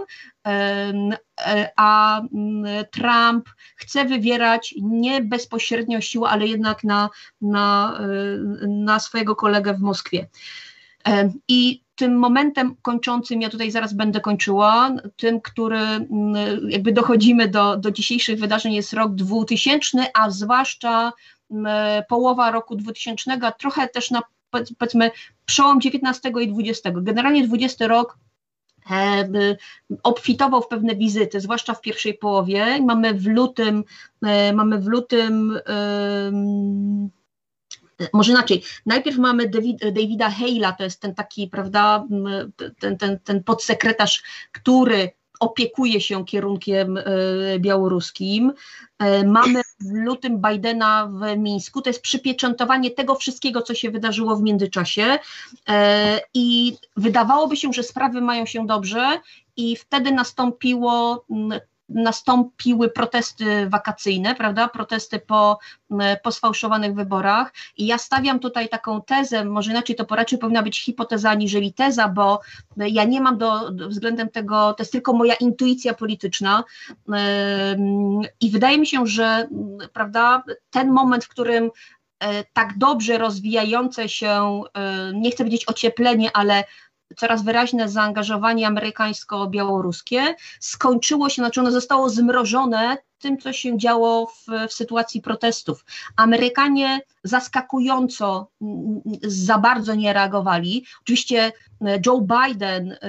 a Trump chce wywierać nie bezpośrednio siłę, ale jednak na, na, na swojego kolegę w Moskwie. I tym momentem kończącym, ja tutaj zaraz będę kończyła, tym, który jakby dochodzimy do, do dzisiejszych wydarzeń, jest rok dwutysięczny, a zwłaszcza połowa roku dwutysięcznego, a trochę też na, powiedzmy, przełom dziewiętnastego i dwudziestego. Generalnie dwudziesty rok e, obfitował w pewne wizyty, zwłaszcza w pierwszej połowie. Mamy w lutym, e, mamy w lutym e, może inaczej, najpierw mamy David, Davida Hale'a, to jest ten taki, prawda, ten, ten, ten podsekretarz, który opiekuje się kierunkiem białoruskim. Mamy w lutym Bidena w Mińsku, to jest przypieczętowanie tego wszystkiego, co się wydarzyło w międzyczasie i wydawałoby się, że sprawy mają się dobrze i wtedy nastąpiło nastąpiły protesty wakacyjne, prawda, protesty po, po sfałszowanych wyborach i ja stawiam tutaj taką tezę, może inaczej to raczej powinna być hipoteza aniżeli teza, bo ja nie mam do, do względem tego, to jest tylko moja intuicja polityczna yy, i wydaje mi się, że prawda, ten moment, w którym tak dobrze rozwijające się, nie chcę powiedzieć ocieplenie, ale coraz wyraźne zaangażowanie amerykańsko-białoruskie skończyło się, znaczy ono zostało zmrożone tym, co się działo w, w sytuacji protestów. Amerykanie zaskakująco za bardzo nie reagowali. Oczywiście Joe Biden y,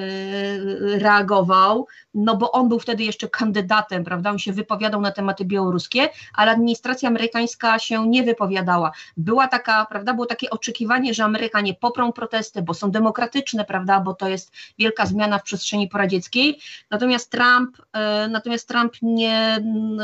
reagował, no bo on był wtedy jeszcze kandydatem, prawda, on się wypowiadał na tematy białoruskie, ale administracja amerykańska się nie wypowiadała. Była taka, prawda, było takie oczekiwanie, że Amerykanie poprą protesty, bo są demokratyczne, prawda, bo to jest wielka zmiana w przestrzeni poradzieckiej, natomiast Trump, y, natomiast Trump nie,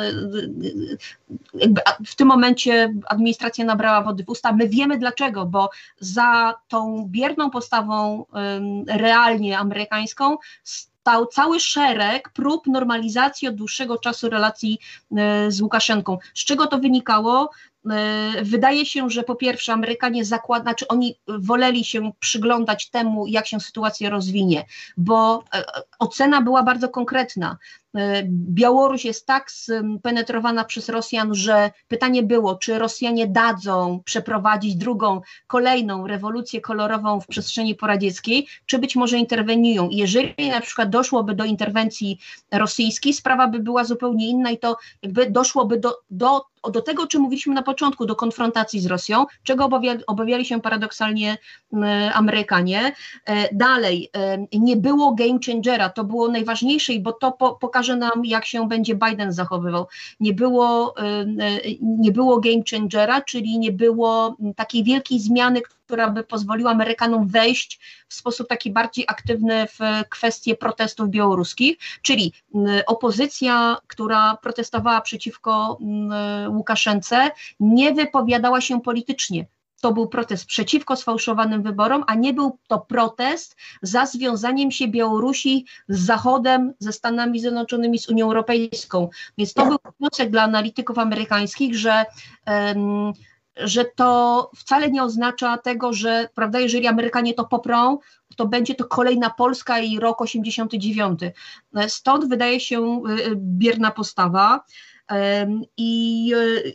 y, jakby w tym momencie administracja nabrała wody w usta. My wiemy dlaczego, bo za tą bierną postawą realnie amerykańską stał cały szereg prób normalizacji od dłuższego czasu relacji z Łukaszenką. Z czego to wynikało? Wydaje się, że po pierwsze Amerykanie zakład, znaczy oni woleli się przyglądać temu, jak się sytuacja rozwinie, bo ocena była bardzo konkretna. Białoruś jest tak spenetrowana przez Rosjan, że pytanie było, czy Rosjanie dadzą przeprowadzić drugą, kolejną rewolucję kolorową w przestrzeni poradzieckiej, czy być może interweniują. I jeżeli na przykład doszłoby do interwencji rosyjskiej, sprawa by była zupełnie inna i to jakby doszłoby do, do, do tego, o czym mówiliśmy na początku, do konfrontacji z Rosją, czego obawiali, obawiali się paradoksalnie Amerykanie. Dalej, nie było game changera, to było najważniejsze, bo to po, pokaże nam, jak się będzie Biden zachowywał. Nie było, nie było game changera, czyli nie było takiej wielkiej zmiany, która by pozwoliła Amerykanom wejść w sposób taki bardziej aktywny w kwestie protestów białoruskich, czyli opozycja, która protestowała przeciwko Łukaszence, nie wypowiadała się politycznie. To był protest przeciwko sfałszowanym wyborom, a nie był to protest za związaniem się Białorusi z Zachodem, ze Stanami Zjednoczonymi, z Unią Europejską. Więc to był wniosek dla analityków amerykańskich, że, um, że to wcale nie oznacza tego, że prawda, jeżeli Amerykanie to poprą, to będzie to kolejna Polska i rok osiemdziesiąty dziewiąty. Stąd wydaje się bierna postawa um, i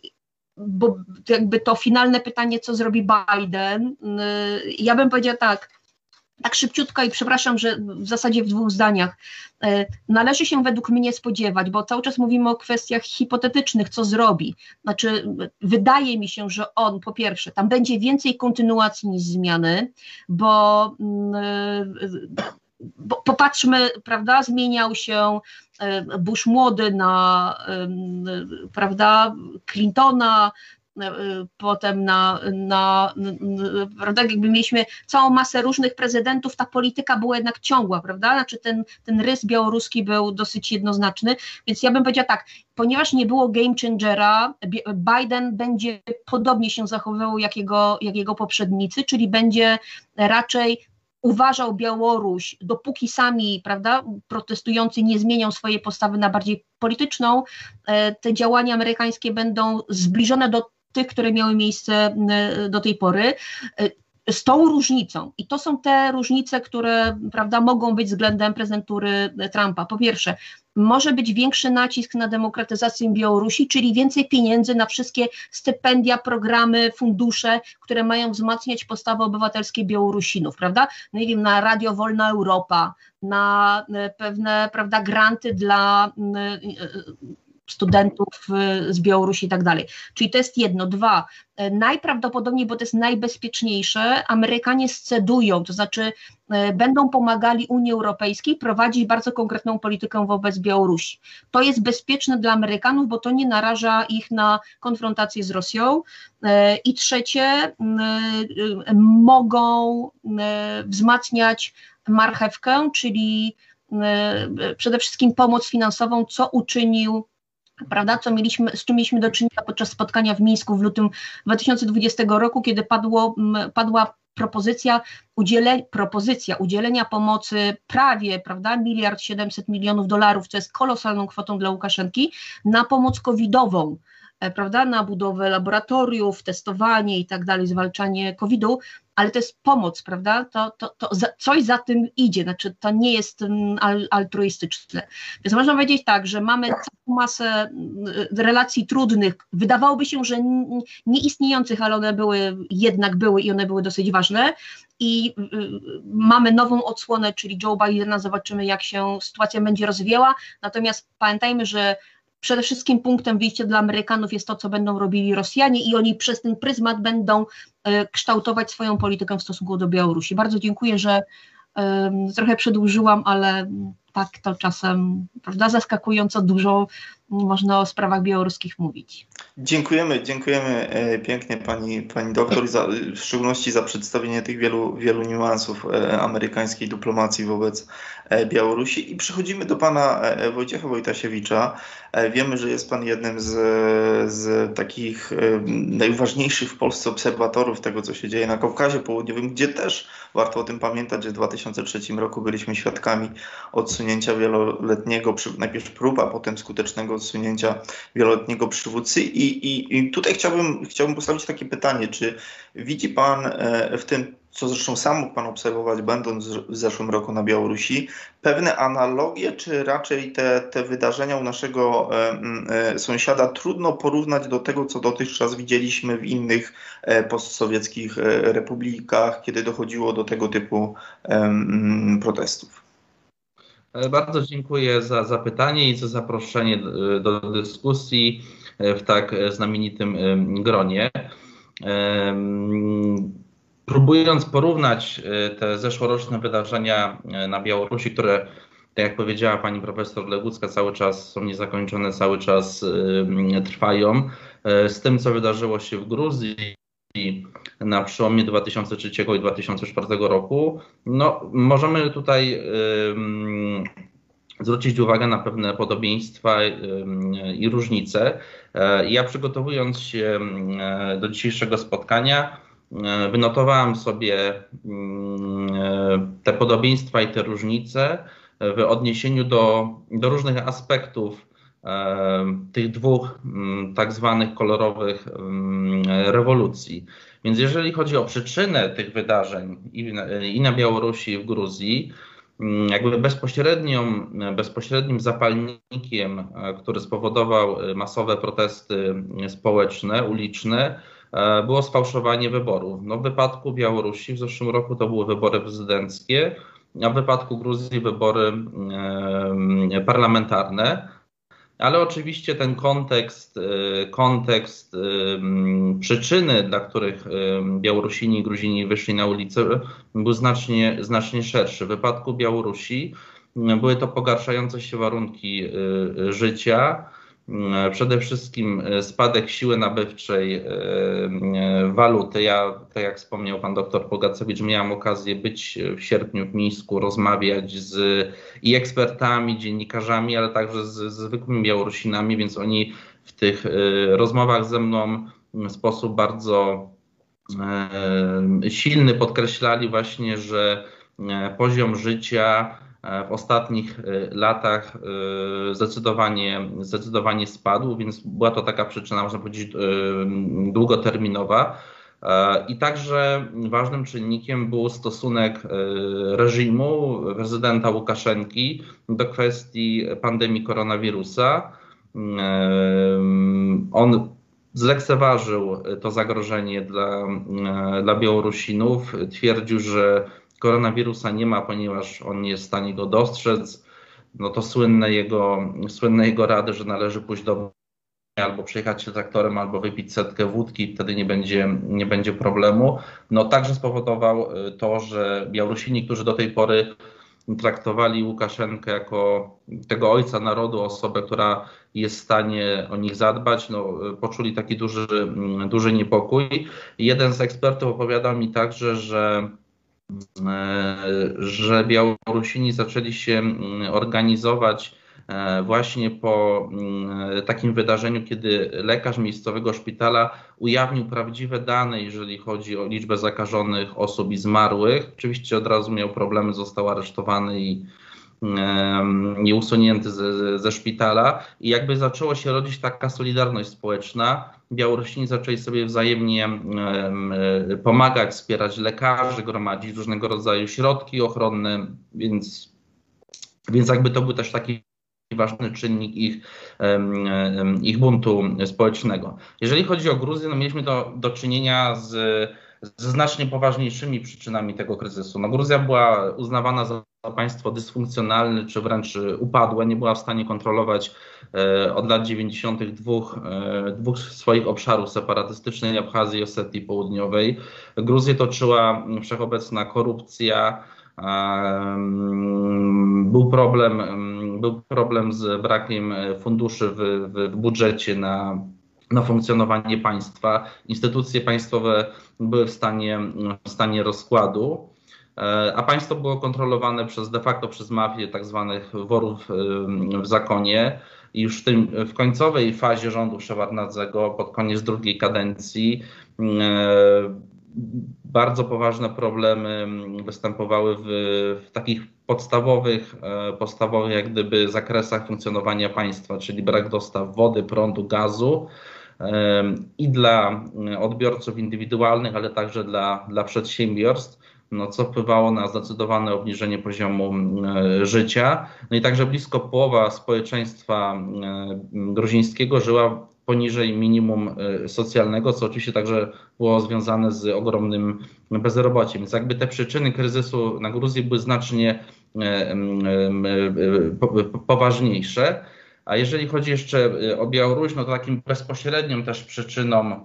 bo jakby to finalne pytanie, co zrobi Biden, ja bym powiedziała tak, tak szybciutko i przepraszam, że w zasadzie w dwóch zdaniach, należy się według mnie spodziewać, bo cały czas mówimy o kwestiach hipotetycznych, co zrobi, znaczy wydaje mi się, że on po pierwsze, tam będzie więcej kontynuacji niż zmiany, bo Bo popatrzmy, prawda, zmieniał się Bush młody na, prawda, Clintona, potem na, na, prawda, jakby mieliśmy całą masę różnych prezydentów, ta polityka była jednak ciągła, prawda, znaczy ten, ten rys białoruski był dosyć jednoznaczny, więc ja bym powiedziała tak, ponieważ nie było game changera, Biden będzie podobnie się zachowywał jak jego, jak jego poprzednicy, czyli będzie raczej uważał Białoruś, dopóki sami, prawda, protestujący nie zmienią swojej postawy na bardziej polityczną, te działania amerykańskie będą zbliżone do tych, które miały miejsce do tej pory, z tą różnicą. I to są te różnice, które, prawda, mogą być względem prezydentury Trumpa. Po pierwsze, może być większy nacisk na demokratyzację Białorusi, czyli więcej pieniędzy na wszystkie stypendia, programy, fundusze, które mają wzmacniać postawy obywatelskie Białorusinów, prawda? No nie wiem, na Radio Wolna Europa, na pewne, prawda, granty dla studentów z Białorusi i tak dalej. Czyli to jest jedno. Dwa, najprawdopodobniej, bo to jest najbezpieczniejsze, Amerykanie scedują, to znaczy e, będą pomagali Unii Europejskiej prowadzić bardzo konkretną politykę wobec Białorusi. To jest bezpieczne dla Amerykanów, bo to nie naraża ich na konfrontację z Rosją. E, I trzecie, e, mogą e, wzmacniać marchewkę, czyli przede wszystkim pomoc finansową, co uczynił, prawda, co mieliśmy, z czym mieliśmy do czynienia podczas spotkania w Mińsku w lutym dwa tysiące dwudziestego roku, kiedy padło, padła propozycja, udziele, propozycja udzielenia pomocy prawie, prawda, miliard siedemset milionów dolarów, co jest kolosalną kwotą dla Łukaszenki, na pomoc covidową, prawda, na budowę laboratoriów, testowanie i tak dalej, zwalczanie kowida, ale to jest pomoc, prawda, to, to, to za, coś za tym idzie, znaczy to nie jest al, altruistyczne. Więc można powiedzieć tak, że mamy całą masę relacji trudnych, wydawałoby się, że nieistniejących, ale one były, jednak były i one były dosyć ważne i y, mamy nową odsłonę, czyli Joe Bidena, zobaczymy jak się sytuacja będzie rozwijała, natomiast pamiętajmy, że przede wszystkim punktem wyjścia dla Amerykanów jest to, co będą robili Rosjanie i oni przez ten pryzmat będą e, kształtować swoją politykę w stosunku do Białorusi. Bardzo dziękuję, że e, trochę przedłużyłam, ale tak to czasem, prawda, zaskakująco dużo można o sprawach białoruskich mówić. Dziękujemy, dziękujemy pięknie pani, pani doktor, za, w szczególności za przedstawienie tych wielu, wielu niuansów amerykańskiej dyplomacji wobec Białorusi. I przechodzimy do pana Wojciecha Wojtasiewicza. Wiemy, że jest pan jednym z, z takich najważniejszych w Polsce obserwatorów tego, co się dzieje na Kaukazie Południowym, gdzie też warto o tym pamiętać, że w dwa tysiące trzecim roku byliśmy świadkami odsunięcia wieloletniego, najpierw prób, a potem skutecznego odsunięcia wieloletniego przywódcy. I, i, i tutaj chciałbym, chciałbym postawić takie pytanie, czy widzi pan w tym, co zresztą sam mógł pan obserwować, będąc w zeszłym roku na Białorusi, pewne analogie, czy raczej te, te wydarzenia u naszego e, e, sąsiada trudno porównać do tego, co dotychczas widzieliśmy w innych e, postsowieckich e, republikach, kiedy dochodziło do tego typu e, protestów? Bardzo dziękuję za zapytanie i za zaproszenie do, do dyskusji w tak znamienitym gronie. Próbując porównać te zeszłoroczne wydarzenia na Białorusi, które, tak jak powiedziała pani profesor Legucka, cały czas są niezakończone, cały czas trwają, z tym, co wydarzyło się w Gruzji na przełomie dwa tysiące trzeciego i dwa tysiące czwartego roku, no, możemy tutaj um, zwrócić uwagę na pewne podobieństwa um, i różnice. Ja, przygotowując się do dzisiejszego spotkania, wynotowałem sobie te podobieństwa i te różnice w odniesieniu do, do różnych aspektów tych dwóch tak zwanych kolorowych rewolucji. Więc jeżeli chodzi o przyczynę tych wydarzeń i na, i na Białorusi, i w Gruzji, jakby bezpośrednią, bezpośrednim zapalnikiem, który spowodował masowe protesty społeczne, uliczne, było sfałszowanie wyborów. No, w wypadku Białorusi w zeszłym roku to były wybory prezydenckie, a w wypadku Gruzji wybory e, parlamentarne. Ale oczywiście ten kontekst, kontekst przyczyny, dla których Białorusini i Gruzini wyszli na ulicę, był znacznie, znacznie szerszy. W wypadku Białorusi były to pogarszające się warunki życia, przede wszystkim spadek siły nabywczej waluty. Ja, tak jak wspomniał pan doktor Pogacewicz, miałem okazję być w sierpniu w Mińsku, rozmawiać z i ekspertami, dziennikarzami, ale także z, z zwykłymi Białorusinami, więc oni w tych rozmowach ze mną w sposób bardzo silny podkreślali właśnie, że poziom życia w ostatnich latach zdecydowanie, zdecydowanie spadł, więc była to taka przyczyna, można powiedzieć, długoterminowa. I także ważnym czynnikiem był stosunek reżimu prezydenta Łukaszenki do kwestii pandemii koronawirusa. On zlekceważył to zagrożenie dla, dla Białorusinów, twierdził, że koronawirusa nie ma, ponieważ on nie jest w stanie go dostrzec. No to słynne jego, słynne jego rady, że należy pójść do albo przejechać się traktorem, albo wypić setkę wódki, wtedy nie będzie, nie będzie problemu. No także spowodował to, że Białorusini, którzy do tej pory traktowali Łukaszenkę jako tego ojca narodu, osobę, która jest w stanie o nich zadbać, no, poczuli taki duży, duży niepokój. Jeden z ekspertów opowiadał mi także, że że Białorusini zaczęli się organizować właśnie po takim wydarzeniu, kiedy lekarz miejscowego szpitala ujawnił prawdziwe dane, jeżeli chodzi o liczbę zakażonych osób i zmarłych. Oczywiście od razu miał problemy, został aresztowany i nie usunięty ze, ze szpitala i jakby zaczęła się rodzić taka solidarność społeczna. Białorusini zaczęli sobie wzajemnie pomagać, wspierać lekarzy, gromadzić różnego rodzaju środki ochronne, więc, więc jakby to był też taki ważny czynnik ich, ich buntu społecznego. Jeżeli chodzi o Gruzję, no mieliśmy do, do czynienia z, ze znacznie poważniejszymi przyczynami tego kryzysu. No Gruzja była uznawana za państwo dysfunkcjonalne czy wręcz upadłe, nie była w stanie kontrolować e, od lat dziewięćdziesiątych dwóch, e, dwóch swoich obszarów separatystycznej, Abchazji i Osetii Południowej. Gruzję toczyła wszechobecna korupcja, e, był problem, był problem z brakiem funduszy w, w, w budżecie na na funkcjonowanie państwa. Instytucje państwowe były w stanie, w stanie rozkładu, a państwo było kontrolowane przez de facto przez mafię tak zwanych worów w zakonie. I już w, tym, w końcowej fazie rządu Szewardnadzego, pod koniec drugiej kadencji, bardzo poważne problemy występowały w, w takich podstawowych, podstawowych jak gdyby zakresach funkcjonowania państwa, czyli brak dostaw wody, prądu, gazu i dla odbiorców indywidualnych, ale także dla, dla przedsiębiorstw, no, co wpływało na zdecydowane obniżenie poziomu życia. No i także blisko połowa społeczeństwa gruzińskiego żyła poniżej minimum socjalnego, co oczywiście także było związane z ogromnym bezrobociem. Więc jakby te przyczyny kryzysu na Gruzji były znacznie poważniejsze. A jeżeli chodzi jeszcze o Białoruś, no to takim bezpośrednią też przyczyną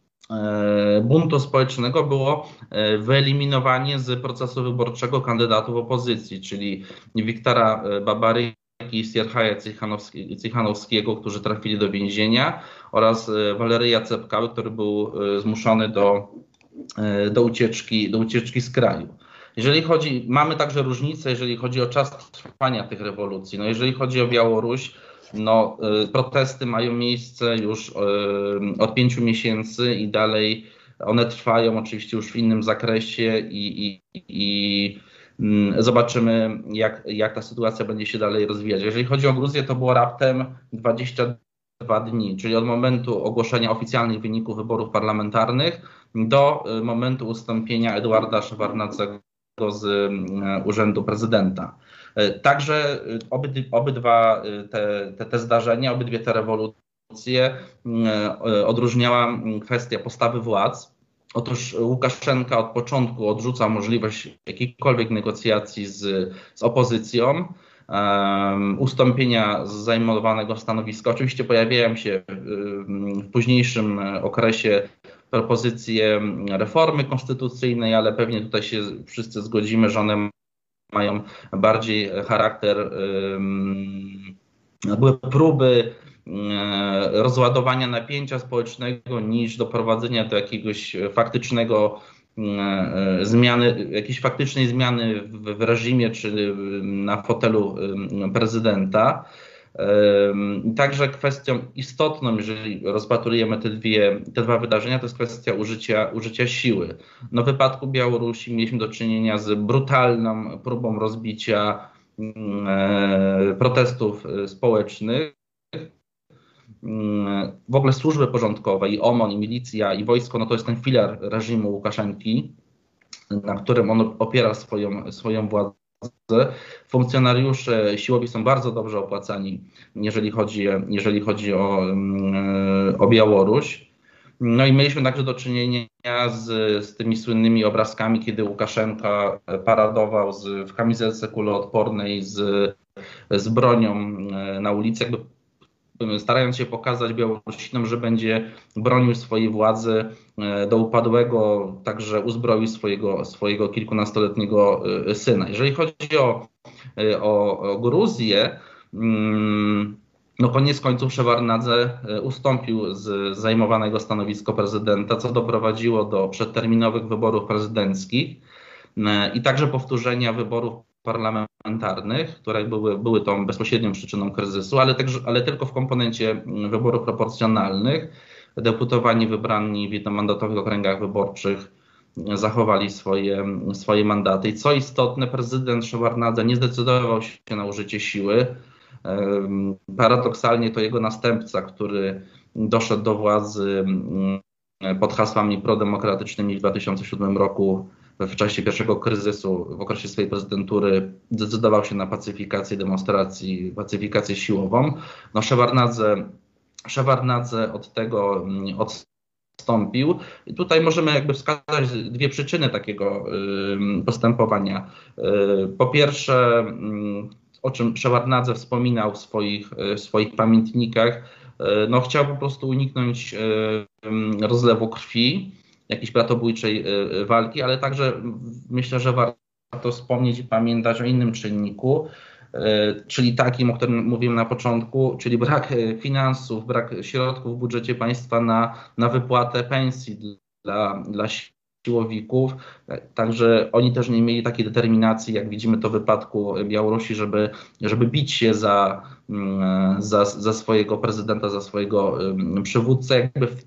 buntu społecznego było wyeliminowanie z procesu wyborczego kandydatów opozycji, czyli Wiktora Babaryki i Sierhaja Cichanowskiego, którzy trafili do więzienia, oraz Waleryja Cepkały, który był zmuszony do, do, ucieczki, do ucieczki z kraju. Jeżeli chodzi, mamy także różnice, jeżeli chodzi o czas trwania tych rewolucji. No jeżeli chodzi o Białoruś, no, protesty mają miejsce już od pięciu miesięcy i dalej one trwają oczywiście już w innym zakresie i, i, i zobaczymy, jak, jak ta sytuacja będzie się dalej rozwijać. Jeżeli chodzi o Gruzję, to było raptem dwadzieścia dwa dni, czyli od momentu ogłoszenia oficjalnych wyników wyborów parlamentarnych do momentu ustąpienia Eduarda Szewardnadzego z urzędu prezydenta. Także obyd, obydwa te, te, te zdarzenia, obydwie te rewolucje odróżniała kwestia postawy władz. Otóż Łukaszenka od początku odrzucał możliwość jakiejkolwiek negocjacji z, z opozycją, um, ustąpienia z zajmowanego stanowiska. Oczywiście pojawiają się w późniejszym okresie propozycje reformy konstytucyjnej, ale pewnie tutaj się wszyscy zgodzimy, że one mają bardziej charakter, um, były próby rozładowania napięcia społecznego niż doprowadzenia do jakiegoś faktycznego zmiany, jakiejś faktycznej zmiany w, w reżimie czy na fotelu prezydenta. Także kwestią istotną, jeżeli rozpatrujemy te, dwie, te dwa wydarzenia, to jest kwestia użycia, użycia siły. No w wypadku Białorusi mieliśmy do czynienia z brutalną próbą rozbicia protestów społecznych. W ogóle służby porządkowe i O M O N, i milicja, i wojsko, no to jest ten filar reżimu Łukaszenki, na którym on opiera swoją, swoją władzę. Funkcjonariusze siłowi są bardzo dobrze opłacani, jeżeli chodzi, jeżeli chodzi o, o Białoruś. No i mieliśmy także do czynienia z, z tymi słynnymi obrazkami, kiedy Łukaszenka paradował z, w kamizelce kuloodpornej z, z bronią na ulicy, jakby starając się pokazać Białorusinom, że będzie bronił swojej władzy do upadłego, także uzbroił swojego, swojego kilkunastoletniego syna. Jeżeli chodzi o, o, o Gruzję, no koniec końców Szewardnadze ustąpił z zajmowanego stanowiska prezydenta, co doprowadziło do przedterminowych wyborów prezydenckich. i także powtórzenia wyborów parlamentarnych, które były, były tą bezpośrednią przyczyną kryzysu, ale, także, ale tylko w komponencie wyborów proporcjonalnych. Deputowani wybrani w jednomandatowych okręgach wyborczych zachowali swoje, swoje mandaty. I co istotne, prezydent Szewardnadze nie zdecydował się na użycie siły. Paradoksalnie to jego następca, który doszedł do władzy pod hasłami prodemokratycznymi w dwa tysiące siódmym roku, w czasie pierwszego kryzysu, w okresie swojej prezydentury, zdecydował się na pacyfikację demonstracji, pacyfikację siłową. No Szewardnadze, Szewardnadze od tego odstąpił. I tutaj możemy jakby wskazać dwie przyczyny takiego postępowania. Po pierwsze, o czym Szewardnadze wspominał w swoich, w swoich pamiętnikach, no chciał po prostu uniknąć rozlewu krwi, jakiejś bratobójczej walki, ale także myślę, że warto wspomnieć i pamiętać o innym czynniku, czyli takim, o którym mówiłem na początku, czyli brak finansów, brak środków w budżecie państwa na, na wypłatę pensji dla, dla siłowików. Także oni też nie mieli takiej determinacji, jak widzimy to w wypadku Białorusi, żeby, żeby bić się za, za, za swojego prezydenta, za swojego przywódcę. Jakby w,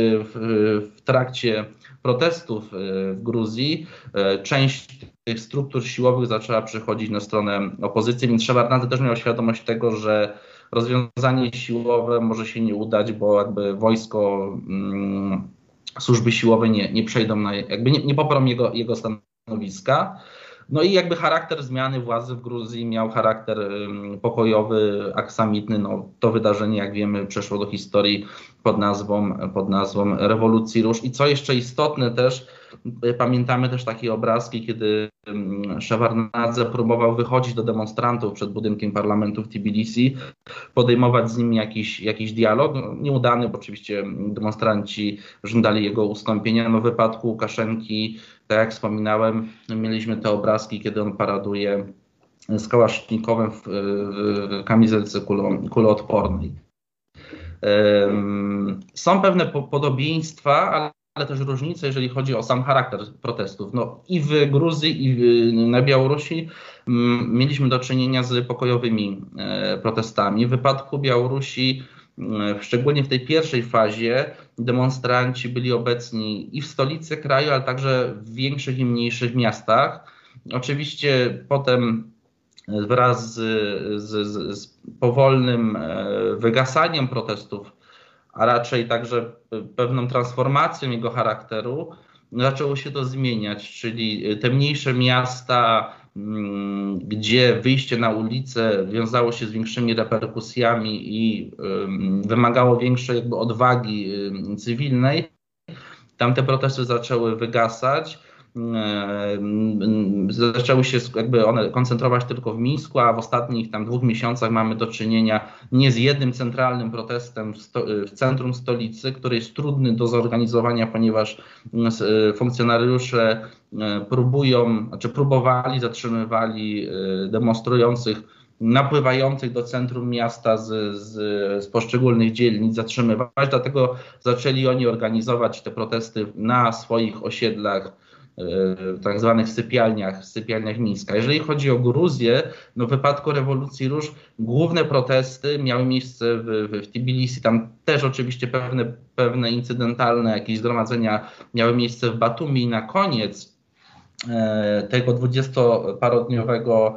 w, w trakcie protestów w Gruzji część tych struktur siłowych zaczęła przechodzić na stronę opozycji, więc Szewardnadze też miał świadomość tego, że rozwiązanie siłowe może się nie udać, bo jakby wojsko, mm, służby siłowe nie, nie przejdą, na, jakby nie, nie poprą jego, jego stanowiska. No i jakby charakter zmiany władzy w Gruzji miał charakter um, pokojowy, aksamitny. No, to wydarzenie, jak wiemy, przeszło do historii pod nazwą, pod nazwą rewolucji róż. I co jeszcze istotne też, pamiętamy też takie obrazki, kiedy um, Szewardnadze próbował wychodzić do demonstrantów przed budynkiem parlamentu w Tbilisi, podejmować z nimi jakiś, jakiś dialog. No, nieudany, bo oczywiście demonstranci żądali jego ustąpienia. No, w wypadku Łukaszenki, tak jak wspominałem, mieliśmy te obrazki, kiedy on paraduje z kałasznikowem w, w kamizelce kulo, kuloodpornej. Um, są pewne po, podobieństwa, ale, ale też różnice, jeżeli chodzi o sam charakter protestów. No, i w Gruzji, i w, na Białorusi um, mieliśmy do czynienia z pokojowymi e, protestami. W wypadku Białorusi, szczególnie w tej pierwszej fazie, demonstranci byli obecni i w stolicy kraju, ale także w większych i mniejszych miastach. Oczywiście potem wraz z, z, z powolnym wygasaniem protestów, a raczej także pewną transformacją jego charakteru, zaczęło się to zmieniać, czyli te mniejsze miasta, gdzie wyjście na ulicę wiązało się z większymi reperkusjami i wymagało większej jakby odwagi cywilnej, tam te protesty zaczęły wygasać. Zaczęły się jakby one koncentrować tylko w Mińsku, a w ostatnich tam dwóch miesiącach mamy do czynienia nie z jednym centralnym protestem w, sto, w centrum stolicy, który jest trudny do zorganizowania, ponieważ funkcjonariusze próbują, znaczy próbowali, zatrzymywali demonstrujących napływających do centrum miasta z, z, z poszczególnych dzielnic, zatrzymywać, dlatego zaczęli oni organizować te protesty na swoich osiedlach, w tak zwanych sypialniach, sypialniach Mińska. Jeżeli chodzi o Gruzję, no w wypadku rewolucji róż główne protesty miały miejsce w, w, w Tbilisi. Tam też oczywiście pewne, pewne incydentalne jakieś zgromadzenia miały miejsce w Batumi i na koniec e, tego dwudziestoparodniowego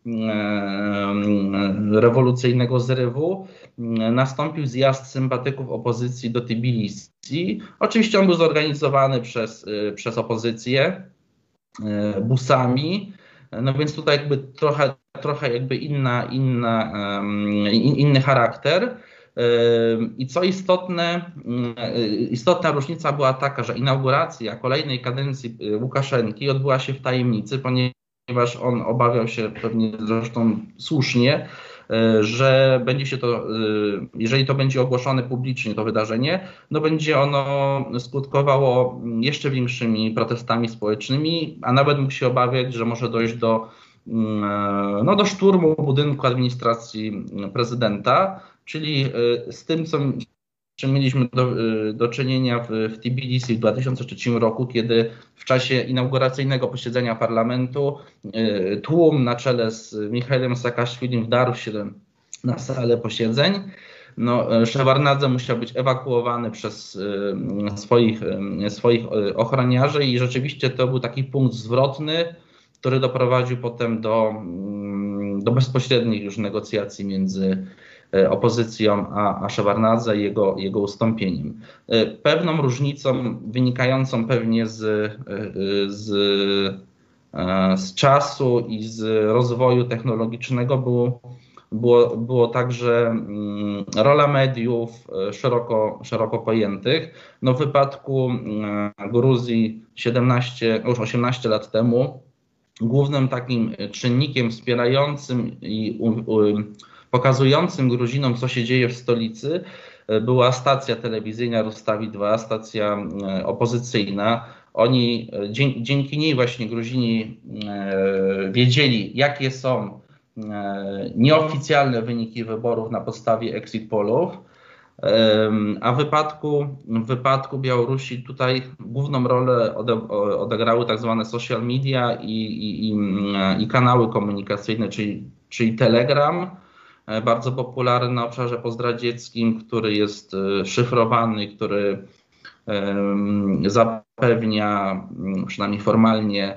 rewolucyjnego zrywu nastąpił zjazd sympatyków opozycji do Tbilisi. Oczywiście on był zorganizowany przez, przez opozycję busami, no więc tutaj jakby trochę, trochę jakby inna, inna, in, inny charakter. I co istotne, istotna różnica była taka, że inauguracja kolejnej kadencji Łukaszenki odbyła się w tajemnicy, ponieważ on obawiał się, pewnie zresztą słusznie, że będzie się to, jeżeli to będzie ogłoszone publicznie, to wydarzenie, no będzie ono skutkowało jeszcze większymi protestami społecznymi, a nawet mógł się obawiać, że może dojść do, no, do szturmu budynku administracji prezydenta, czyli z tym, co czym mieliśmy do, do czynienia w, w Tbilisi w dwa tysiące trzecim roku, kiedy w czasie inauguracyjnego posiedzenia parlamentu tłum na czele z Michailem Saakaszwilim wdarł się na salę posiedzeń. No, Szewardnadze musiał być ewakuowany przez swoich, swoich ochroniarzy i rzeczywiście to był taki punkt zwrotny, który doprowadził potem do, do bezpośrednich już negocjacji między opozycją a, a Szewardnadze i jego, jego ustąpieniem. Pewną różnicą wynikającą pewnie z, z, z czasu i z rozwoju technologicznego było, było, było także rola mediów szeroko, szeroko pojętych. No w wypadku Gruzji siedemnaście, już osiemnaście lat temu głównym takim czynnikiem wspierającym i u, u, pokazującym Gruzinom, co się dzieje w stolicy, była stacja telewizyjna Rustavi dwa, stacja opozycyjna. Oni, dzięki niej właśnie Gruzini wiedzieli, jakie są nieoficjalne wyniki wyborów na podstawie exit pollów, a w wypadku, w wypadku Białorusi tutaj główną rolę odegrały tak zwane social media i, i, i, i kanały komunikacyjne, czyli, czyli Telegram, bardzo popularny na obszarze pozdradzieckim, który jest szyfrowany, który zapewnia przynajmniej formalnie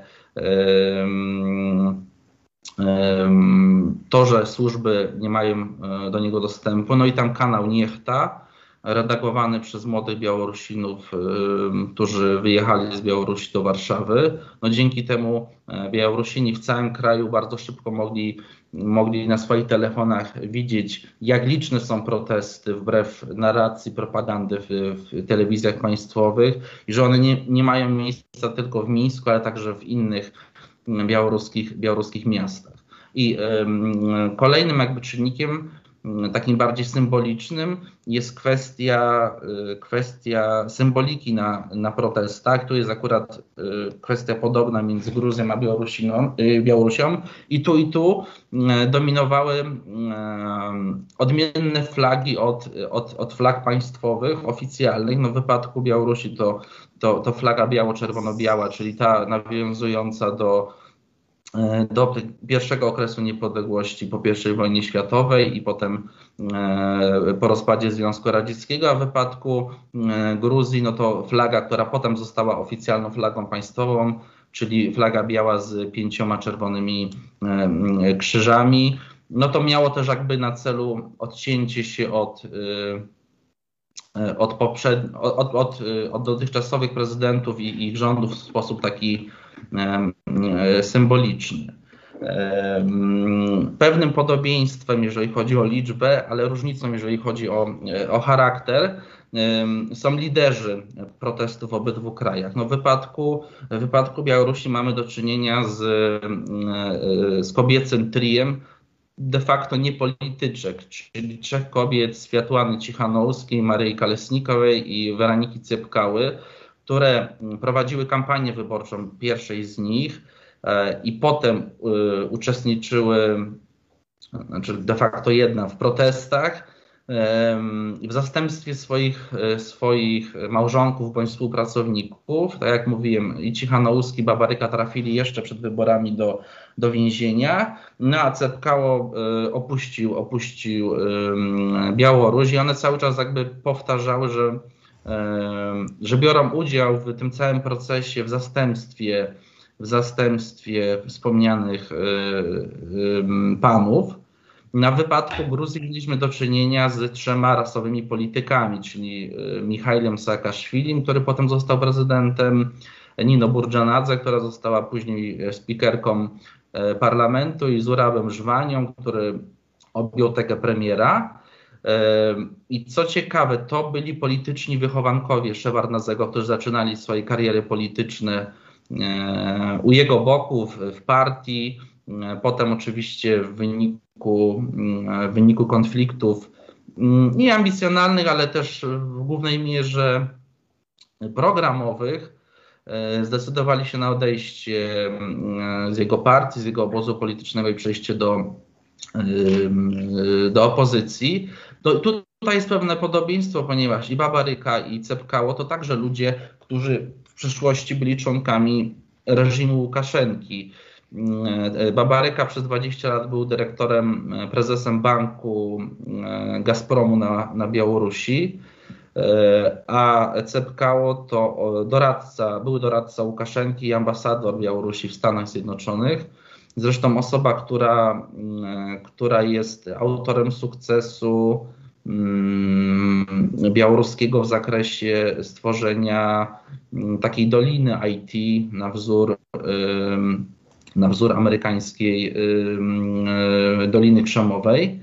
to, że służby nie mają do niego dostępu. No i tam kanał Niechta, redagowany przez młodych Białorusinów, którzy wyjechali z Białorusi do Warszawy. No dzięki temu Białorusini w całym kraju bardzo szybko mogli, mogli na swoich telefonach widzieć, jak liczne są protesty wbrew narracji, propagandy w, w telewizjach państwowych i że one nie, nie mają miejsca tylko w Mińsku, ale także w innych białoruskich, białoruskich miastach. I y, kolejnym jakby czynnikiem, y, takim bardziej symbolicznym, jest kwestia, y, kwestia symboliki na, na protestach. Tu jest akurat y, kwestia podobna między Gruzją a Białorusiną, y, Białorusią. I tu i tu y, dominowały y, odmienne flagi od, od, od flag państwowych, oficjalnych. No, w wypadku Białorusi to, to, to flaga biało-czerwono-biała, czyli ta nawiązująca do do pierwszego okresu niepodległości po pierwszej wojnie światowej i potem po rozpadzie Związku Radzieckiego, a w wypadku Gruzji no to flaga, która potem została oficjalną flagą państwową, czyli flaga biała z pięcioma czerwonymi krzyżami. No to miało też jakby na celu odcięcie się od Od, poprzed... od, od, od dotychczasowych prezydentów i ich rządów w sposób taki e, symboliczny. E, pewnym podobieństwem, jeżeli chodzi o liczbę, ale różnicą, jeżeli chodzi o, o charakter, e, są liderzy protestów w obydwu krajach. No w, wypadku, w wypadku Białorusi mamy do czynienia z, e, z kobiecym triem, de facto niepolityczek, czyli trzech kobiet, Światłany Cichanouskiej, Maryi Kalesnikowej i Weroniki Cepkały, które prowadziły kampanię wyborczą pierwszej z nich e, i potem e, uczestniczyły, znaczy de facto jedna w protestach, w zastępstwie swoich, swoich małżonków bądź współpracowników. Tak jak mówiłem, i Cichanouski, Babaryka trafili jeszcze przed wyborami do, do więzienia, no a Cepkało opuścił, opuścił Białoruś i one cały czas jakby powtarzały, że, że biorą udział w tym całym procesie w zastępstwie, w zastępstwie wspomnianych panów. Na wypadku Gruzji mieliśmy do czynienia z trzema rasowymi politykami, czyli Michailem Saakaszwilim, który potem został prezydentem, Nino Burdżanadze, która została później spikerką parlamentu, i Zurabem Żwanią, który objął tekę premiera. I co ciekawe, to byli polityczni wychowankowie Szewardnadzego, którzy zaczynali swoje kariery polityczne u jego boku w partii. Potem oczywiście w wyniku, w wyniku konfliktów nie ambicjonalnych, ale też w głównej mierze programowych zdecydowali się na odejście z jego partii, z jego obozu politycznego i przejście do, do opozycji. To, tu tutaj jest pewne podobieństwo, ponieważ i Babaryka, i Cepkało to także ludzie, którzy w przeszłości byli członkami reżimu Łukaszenki. Babaryka przez dwadzieścia lat był dyrektorem, prezesem banku Gazpromu na, na Białorusi, a Cepkało to doradca, był doradca Łukaszenki i ambasador Białorusi w Stanach Zjednoczonych. Zresztą osoba, która, która jest autorem sukcesu białoruskiego w zakresie stworzenia takiej doliny I T na wzór, na wzór amerykańskiej Doliny Krzemowej.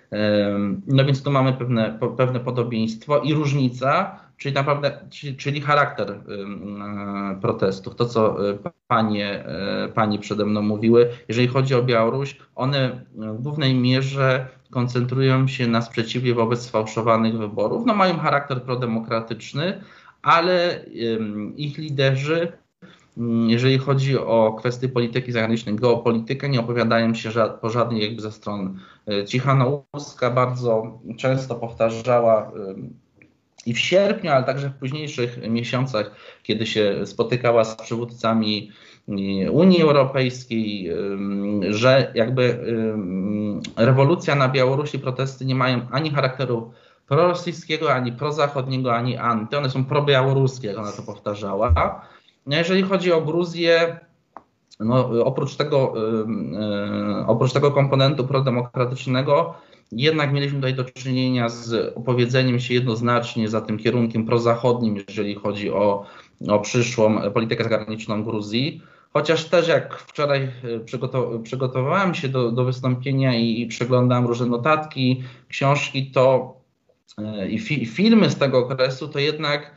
No więc tu mamy pewne, pewne podobieństwo i różnica, czyli naprawdę, czyli, czyli charakter protestów. To, co panie, pani przede mną mówiły, jeżeli chodzi o Białoruś, one w głównej mierze koncentrują się na sprzeciwie wobec sfałszowanych wyborów. No mają charakter prodemokratyczny, ale ich liderzy, jeżeli chodzi o kwestie polityki zagranicznej, geopolitykę, nie opowiadają się ża- po żadnej jakby ze stron. Cichanouska bardzo często powtarzała i w sierpniu, ale także w późniejszych miesiącach, kiedy się spotykała z przywódcami Unii Europejskiej, że jakby rewolucja na Białorusi, protesty nie mają ani charakteru prorosyjskiego, ani prozachodniego, ani anty. One są probiałoruskie, jak ona to powtarzała. No jeżeli chodzi o Gruzję, no oprócz tego, yy, oprócz tego komponentu prodemokratycznego, jednak mieliśmy tutaj do czynienia z opowiedzeniem się jednoznacznie za tym kierunkiem prozachodnim, jeżeli chodzi o, o przyszłą politykę zagraniczną Gruzji. Chociaż też jak wczoraj przygotow- przygotowywałem się do, do wystąpienia i, i przeglądałem różne notatki, książki, to yy, i fi- filmy z tego okresu, to jednak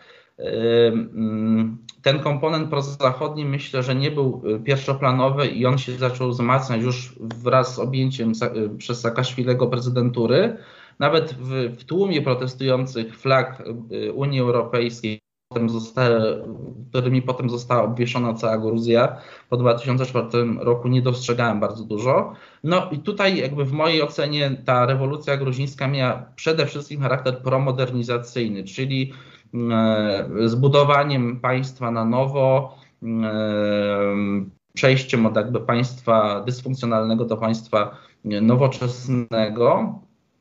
ten komponent prozachodni myślę, że nie był pierwszoplanowy i on się zaczął wzmacniać już wraz z objęciem przez Saakaszwilego prezydentury. Nawet w, w tłumie protestujących flag Unii Europejskiej, którymi potem została obwieszona cała Gruzja po dwa tysiące czwartym roku, nie dostrzegałem bardzo dużo. No i tutaj jakby w mojej ocenie ta rewolucja gruzińska miała przede wszystkim charakter promodernizacyjny, czyli zbudowaniem państwa na nowo, przejściem od jakby państwa dysfunkcjonalnego do państwa nowoczesnego.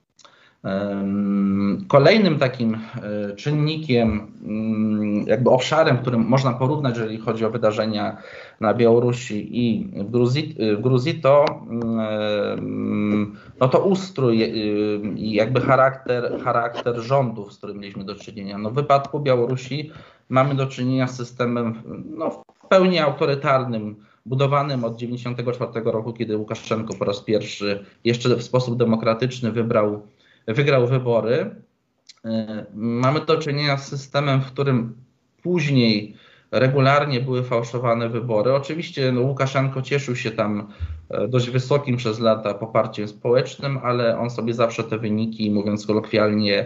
Kolejnym takim czynnikiem, jakby obszarem, którym można porównać, jeżeli chodzi o wydarzenia na Białorusi i w Gruzji, w Gruzji to, no to ustrój i jakby charakter, charakter rządów, z którym mieliśmy do czynienia. No w wypadku Białorusi mamy do czynienia z systemem no, w pełni autorytarnym, budowanym od dziewięćdziesiątego czwartego roku, kiedy Łukaszenko po raz pierwszy jeszcze w sposób demokratyczny wybrał wygrał wybory. Mamy do czynienia z systemem, w którym później regularnie były fałszowane wybory. Oczywiście no, Łukaszenko cieszył się tam dość wysokim przez lata poparciem społecznym, ale on sobie zawsze te wyniki, mówiąc kolokwialnie,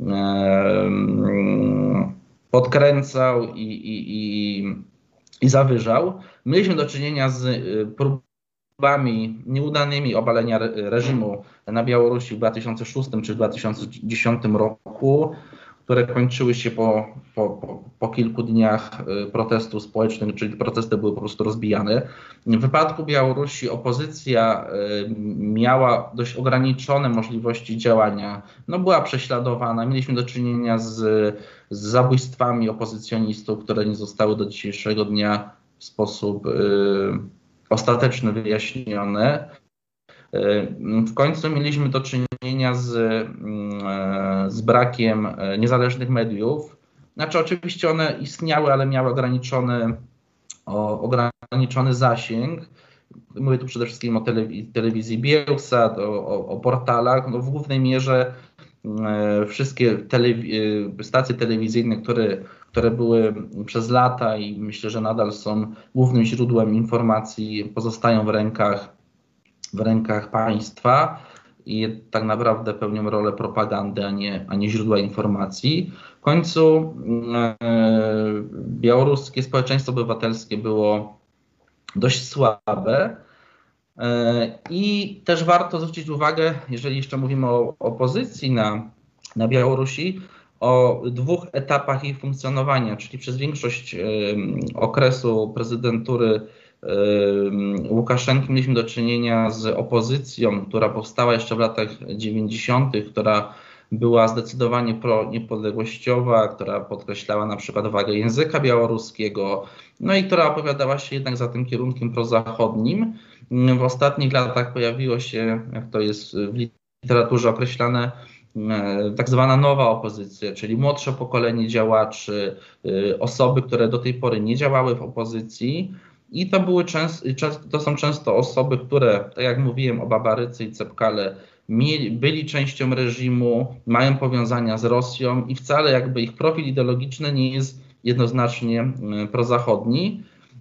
podkręcał i, i, i, i zawyżał. Mieliśmy do czynienia z próbami nieudanymi obalenia reżimu na Białorusi w dwa tysiące szóstym czy dwa tysiące dziesiątym roku, które kończyły się po, po, po, po kilku dniach protestów społecznych, czyli protesty były po prostu rozbijane. W wypadku Białorusi opozycja miała dość ograniczone możliwości działania, no była prześladowana, mieliśmy do czynienia z, z zabójstwami opozycjonistów, które nie zostały do dzisiejszego dnia w sposób y, ostateczny wyjaśnione. W końcu mieliśmy do czynienia z, z brakiem niezależnych mediów. Znaczy oczywiście one istniały, ale miały ograniczony, o, ograniczony zasięg. Mówię tu przede wszystkim o telewiz- telewizji Bielsat, o, o, o portalach. No w głównej mierze wszystkie telewi- stacje telewizyjne, które, które były przez lata i myślę, że nadal są głównym źródłem informacji, pozostają w rękach w rękach państwa i tak naprawdę pełnią rolę propagandy, a nie, a nie źródła informacji. W końcu e, białoruskie społeczeństwo obywatelskie było dość słabe e, i też warto zwrócić uwagę, jeżeli jeszcze mówimy o opozycji na, na Białorusi, o dwóch etapach jej funkcjonowania, czyli przez większość okresu prezydentury Łukaszenki mieliśmy do czynienia z opozycją, która powstała jeszcze w latach dziewięćdziesiątych, która była zdecydowanie proniepodległościowa, która podkreślała na przykład wagę języka białoruskiego, no i która opowiadała się jednak za tym kierunkiem prozachodnim. W ostatnich latach pojawiło się, jak to jest w literaturze określane, tak zwana nowa opozycja, czyli młodsze pokolenie działaczy, osoby, które do tej pory nie działały w opozycji. I to, były często, to są często osoby, które, tak jak mówiłem o Babaryce i Cepkale, mieli, byli częścią reżimu, mają powiązania z Rosją i wcale jakby ich profil ideologiczny nie jest jednoznacznie prozachodni.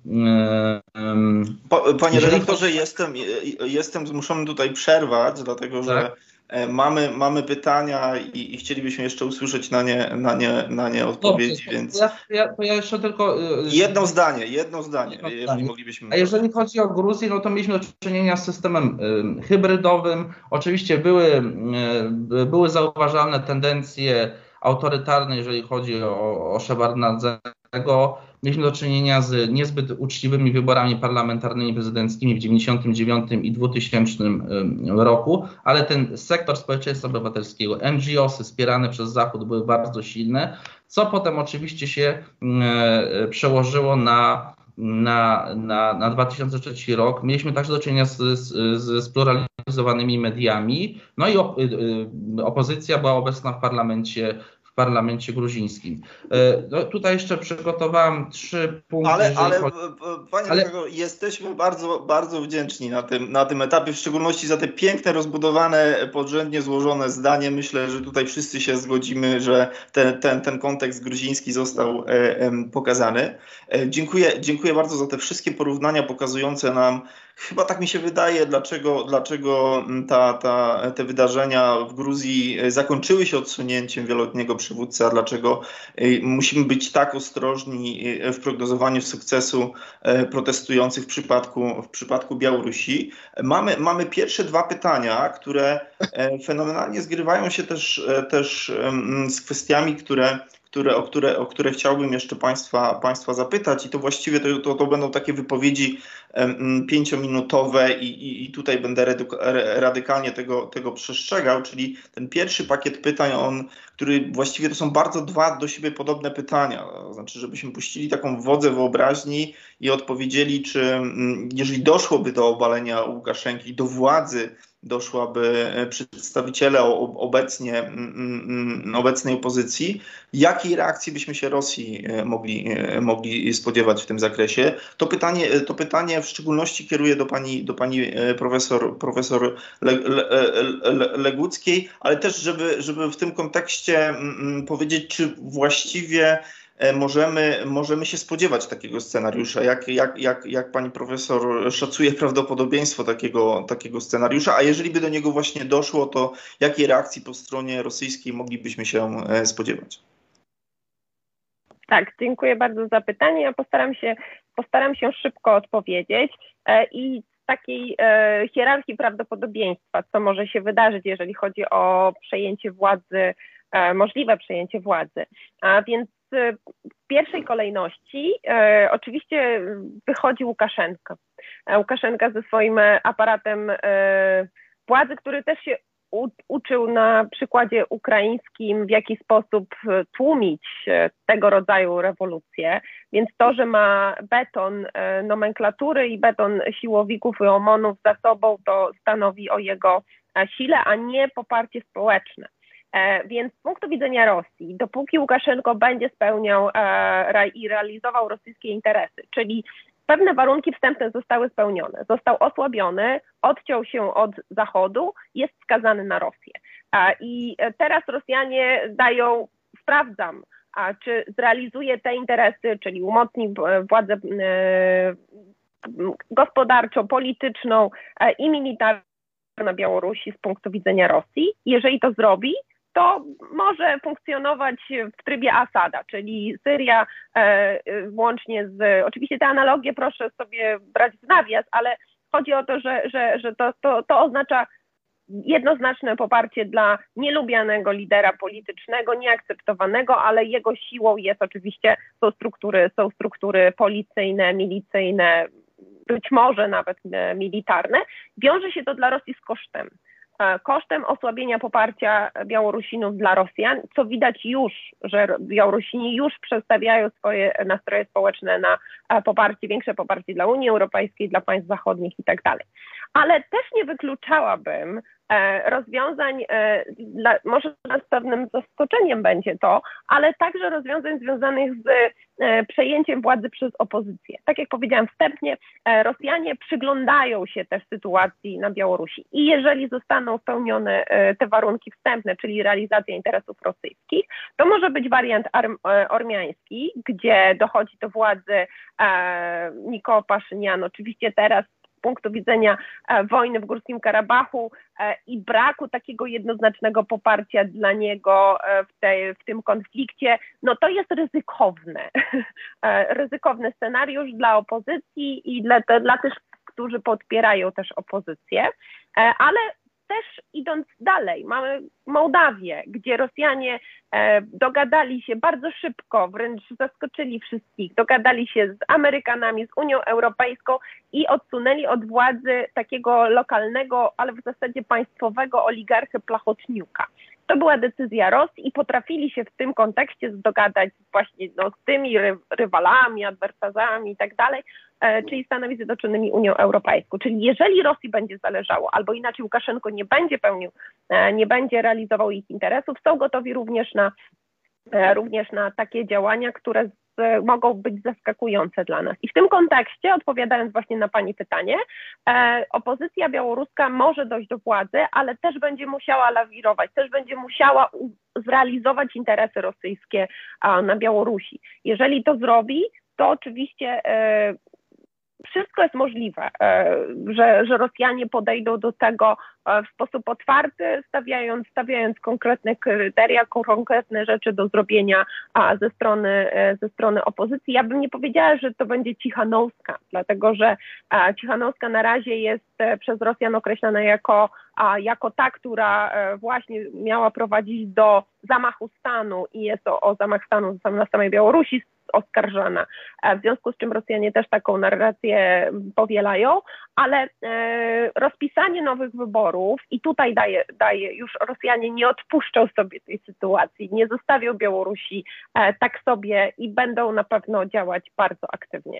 Panie redaktorze, jestem, jestem zmuszony tutaj przerwać, dlatego że tak? Mamy, mamy pytania i, i chcielibyśmy jeszcze usłyszeć na nie, na nie, na nie odpowiedzi, Dobrze, więc... Ja, ja, to ja jeszcze tylko... Jedno zdanie, jedno zdanie, jedno jeżeli zdanie. moglibyśmy... A jeżeli chodzi o Gruzję, no to mieliśmy do czynienia z systemem y, hybrydowym. Oczywiście były, y, były zauważalne tendencje autorytarne, jeżeli chodzi o, o Szewardnadzego. Mieliśmy do czynienia z niezbyt uczciwymi wyborami parlamentarnymi, prezydenckimi w dziewięćdziesiątym dziewiątym i dwutysięcznym roku, ale ten sektor społeczeństwa obywatelskiego, N G O sy wspierane przez Zachód były bardzo silne, co potem oczywiście się e, przełożyło na, na, na, na dwa tysiące trzeci rok. Mieliśmy także do czynienia z, z, z spluralizowanymi mediami, no i op, y, opozycja była obecna w parlamencie w parlamencie gruzińskim. No, tutaj jeszcze przygotowałem trzy punkty. Ale, ale chodzi... panie ale... Tego, jesteśmy bardzo, bardzo wdzięczni na tym, na tym etapie, w szczególności za te piękne, rozbudowane, podrzędnie złożone zdanie. Myślę, że tutaj wszyscy się zgodzimy, że ten, ten, ten kontekst gruziński został e, e, pokazany. E, dziękuję, dziękuję bardzo za te wszystkie porównania pokazujące nam, chyba tak mi się wydaje, dlaczego, dlaczego ta, ta, te wydarzenia w Gruzji zakończyły się odsunięciem wieloletniego przywódcy, a dlaczego musimy być tak ostrożni w prognozowaniu sukcesu protestujących w przypadku, w przypadku Białorusi. Mamy, mamy pierwsze dwa pytania, które fenomenalnie zgrywają się też, też z kwestiami, które Które, o, które, o które chciałbym jeszcze Państwa, państwa zapytać i to właściwie to, to, to będą takie wypowiedzi um, pięciominutowe i, i, i tutaj będę redu, radykalnie tego, tego przestrzegał, czyli ten pierwszy pakiet pytań, on, który właściwie to są bardzo dwa do siebie podobne pytania, to znaczy żebyśmy puścili taką wodzę wyobraźni i odpowiedzieli, czy jeżeli doszłoby do obalenia Łukaszenki, do władzy, doszłaby przedstawiciele obecnie, obecnej opozycji, jakiej reakcji byśmy się Rosji mogli, mogli spodziewać w tym zakresie? To pytanie, to pytanie w szczególności kieruję do pani, do pani profesor, profesor Le, Le, Le, Leguckiej, ale też, żeby, żeby w tym kontekście powiedzieć, czy właściwie Możemy, możemy się spodziewać takiego scenariusza. Jak, jak, jak, jak pani profesor szacuje prawdopodobieństwo takiego, takiego scenariusza, a jeżeli by do niego właśnie doszło, to jakiej reakcji po stronie rosyjskiej moglibyśmy się spodziewać? Tak, dziękuję bardzo za pytanie. Ja postaram się, postaram się szybko odpowiedzieć i z takiej hierarchii prawdopodobieństwa, co może się wydarzyć, jeżeli chodzi o przejęcie władzy, możliwe przejęcie władzy. A więc w pierwszej kolejności e, oczywiście wychodzi Łukaszenka. Łukaszenka ze swoim aparatem e, władzy, który też się u, uczył na przykładzie ukraińskim, w jaki sposób tłumić tego rodzaju rewolucje. Więc to, że ma beton e, nomenklatury i beton siłowików i omonów za sobą, to stanowi o jego sile, a nie poparcie społeczne. Więc z punktu widzenia Rosji, dopóki Łukaszenko będzie spełniał e, i realizował rosyjskie interesy, czyli pewne warunki wstępne zostały spełnione, został osłabiony, odciął się od Zachodu, jest skazany na Rosję. A, I teraz Rosjanie dają, sprawdzam, a czy zrealizuje te interesy, czyli umocni władzę e, gospodarczą, polityczną e, i militarną na Białorusi z punktu widzenia Rosji. Jeżeli to zrobi, to może funkcjonować w trybie Asada, czyli Syria e, łącznie z... Oczywiście te analogie proszę sobie brać w nawias, ale chodzi o to, że, że, że to, to, to oznacza jednoznaczne poparcie dla nielubianego lidera politycznego, nieakceptowanego, ale jego siłą jest oczywiście, są struktury, są struktury policyjne, milicyjne, być może nawet militarne. Wiąże się to dla Rosji z kosztem. Kosztem osłabienia poparcia Białorusinów dla Rosjan, co widać już, że Białorusini już przestawiają swoje nastroje społeczne na poparcie, większe poparcie dla Unii Europejskiej, dla państw zachodnich i tak dalej. Ale też nie wykluczałabym rozwiązań, dla, może z pewnym zaskoczeniem będzie to, ale także rozwiązań związanych z przejęciem władzy przez opozycję. Tak jak powiedziałam wstępnie, Rosjanie przyglądają się też sytuacji na Białorusi i jeżeli zostaną spełnione te warunki wstępne, czyli realizacja interesów rosyjskich, to może być wariant ormiański, gdzie dochodzi do władzy Nikola Paszynian, oczywiście teraz z punktu widzenia wojny w Górskim Karabachu i braku takiego jednoznacznego poparcia dla niego w, tej, w tym konflikcie, no to jest ryzykowne. Ryzykowny scenariusz dla opozycji i dla, dla tych, którzy podpierają też opozycję, ale też idąc dalej, mamy Mołdawię, gdzie Rosjanie e, dogadali się bardzo szybko, wręcz zaskoczyli wszystkich, dogadali się z Amerykanami, z Unią Europejską i odsunęli od władzy takiego lokalnego, ale w zasadzie państwowego oligarchę Plachotniuka. To była decyzja Rosji i potrafili się w tym kontekście dogadać właśnie no, z tymi ry rywalami, adwersarzami i tak dalej, czyli Stanami Zjednoczonymi, Unią Europejską. Czyli jeżeli Rosji będzie zależało, albo inaczej Łukaszenko nie będzie pełnił, nie będzie realizował ich interesów, są gotowi również na, również na takie działania, które z, mogą być zaskakujące dla nas. I w tym kontekście, odpowiadając właśnie na Pani pytanie, e, opozycja białoruska może dojść do władzy, ale też będzie musiała lawirować, też będzie musiała u, zrealizować interesy rosyjskie a, na Białorusi. Jeżeli to zrobi, to oczywiście e, wszystko jest możliwe, że, że Rosjanie podejdą do tego w sposób otwarty, stawiając, stawiając konkretne kryteria, konkretne rzeczy do zrobienia ze strony, ze strony opozycji. Ja bym nie powiedziała, że to będzie Cichanouska, dlatego że Cichanouska na razie jest przez Rosjan określana jako, jako ta, która właśnie miała prowadzić do zamachu stanu i jest to o zamach stanu na samej Białorusi oskarżana, w związku z czym Rosjanie też taką narrację powielają, ale e, rozpisanie nowych wyborów i tutaj daje, daje już Rosjanie nie odpuszczą sobie tej sytuacji, nie zostawią Białorusi e, tak sobie i będą na pewno działać bardzo aktywnie.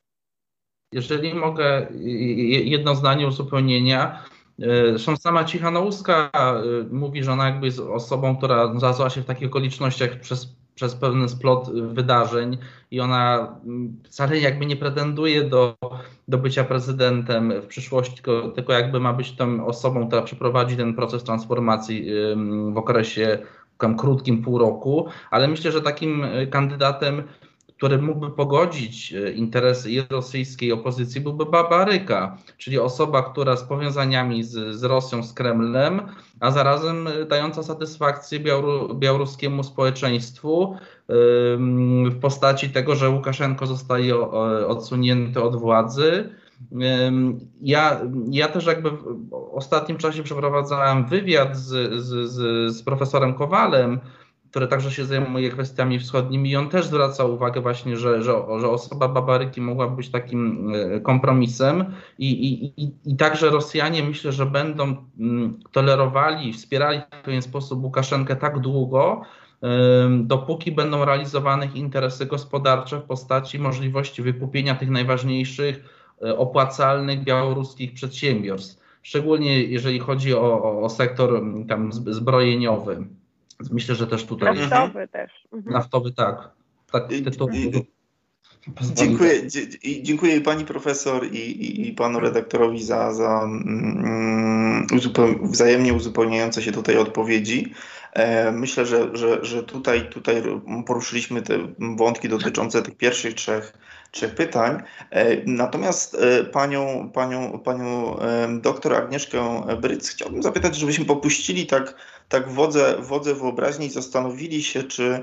Jeżeli mogę, jedno zdanie uzupełnienia. Zresztą sama Cichanouska mówi, że ona jakby jest osobą, która znalazła się w takich okolicznościach przez przez pewien splot wydarzeń i ona wcale jakby nie pretenduje do, do bycia prezydentem w przyszłości, tylko, tylko jakby ma być tą osobą, która przeprowadzi ten proces transformacji w okresie tam krótkim, pół roku, ale myślę, że takim kandydatem, który mógłby pogodzić interesy i rosyjskiej opozycji, byłby Babaryka, czyli osoba, która z powiązaniami z, z Rosją, z Kremlem, a zarazem dająca satysfakcję białoru, białoruskiemu społeczeństwu yy, w postaci tego, że Łukaszenko zostaje odsunięty od władzy. Yy, ja, ja też jakby w ostatnim czasie przeprowadzałem wywiad z, z, z, z profesorem Kowalem, który także się zajmuje kwestiami wschodnimi i on też zwraca uwagę właśnie, że, że, że osoba Babaryki mogła być takim kompromisem i, i, i, i także Rosjanie myślę, że będą tolerowali, wspierali w pewien sposób Łukaszenkę tak długo, dopóki będą realizowane ich interesy gospodarcze w postaci możliwości wykupienia tych najważniejszych, opłacalnych białoruskich przedsiębiorstw. Szczególnie jeżeli chodzi o, o, o sektor tam zbrojeniowy. Myślę, że też tutaj... Naftowy mhm. też. Mhm. Naftowy, tak. tak tytuł, dziękuję, dziękuję pani profesor i, i, i panu redaktorowi za, za um, uzupeł, wzajemnie uzupełniające się tutaj odpowiedzi. E, myślę, że, że, że tutaj, tutaj poruszyliśmy te wątki dotyczące tych pierwszych trzech, trzech pytań. E, natomiast e, panią, panią, panią e, doktor Agnieszkę Bryc chciałbym zapytać, żebyśmy popuścili tak, tak wodze, wodze wyobraźni i zastanowili się, czy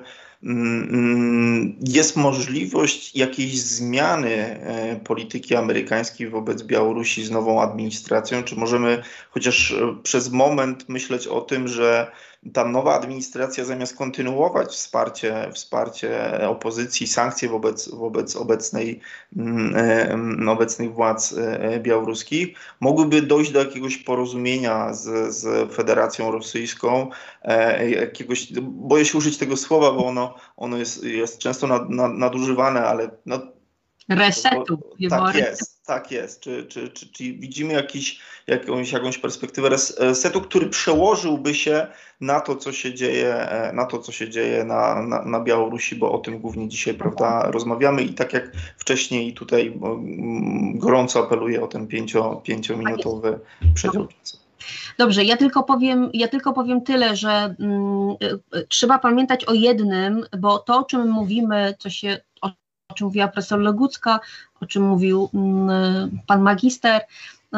jest możliwość jakiejś zmiany polityki amerykańskiej wobec Białorusi z nową administracją? Czy możemy chociaż przez moment myśleć o tym, że ta nowa administracja zamiast kontynuować wsparcie, wsparcie opozycji, sankcje wobec, wobec obecnej, obecnych władz białoruskich, mogłyby dojść do jakiegoś porozumienia z, z Federacją Rosyjską, jakiegoś, boję się użyć tego słowa, bo ono, ono jest, jest często nad, nad, nadużywane, ale no, resetu. Tak jest, tak jest. Czy, czy, czy, czy widzimy jakiś, jakąś, jakąś perspektywę resetu, który przełożyłby się na to, co się dzieje, na to, co się dzieje na, na, na Białorusi, bo o tym głównie dzisiaj, prawda, rozmawiamy i tak jak wcześniej tutaj gorąco apeluję o ten pięcio, pięciominutowy przedział czasu. Dobrze, ja tylko powiem, ja tylko powiem tyle, że mm, trzeba pamiętać o jednym, bo to, o czym mówimy, co się, o, o czym mówiła profesor Legucka, o czym mówił mm, pan magister, y,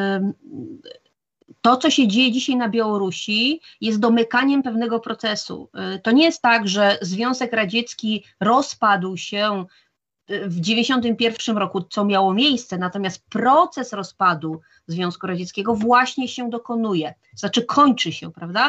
to, co się dzieje dzisiaj na Białorusi, jest domykaniem pewnego procesu. Y, to nie jest tak, że Związek Radziecki rozpadł się w dziewięćdziesiątym pierwszym roku, co miało miejsce, natomiast proces rozpadu Związku Radzieckiego właśnie się dokonuje, znaczy kończy się, prawda?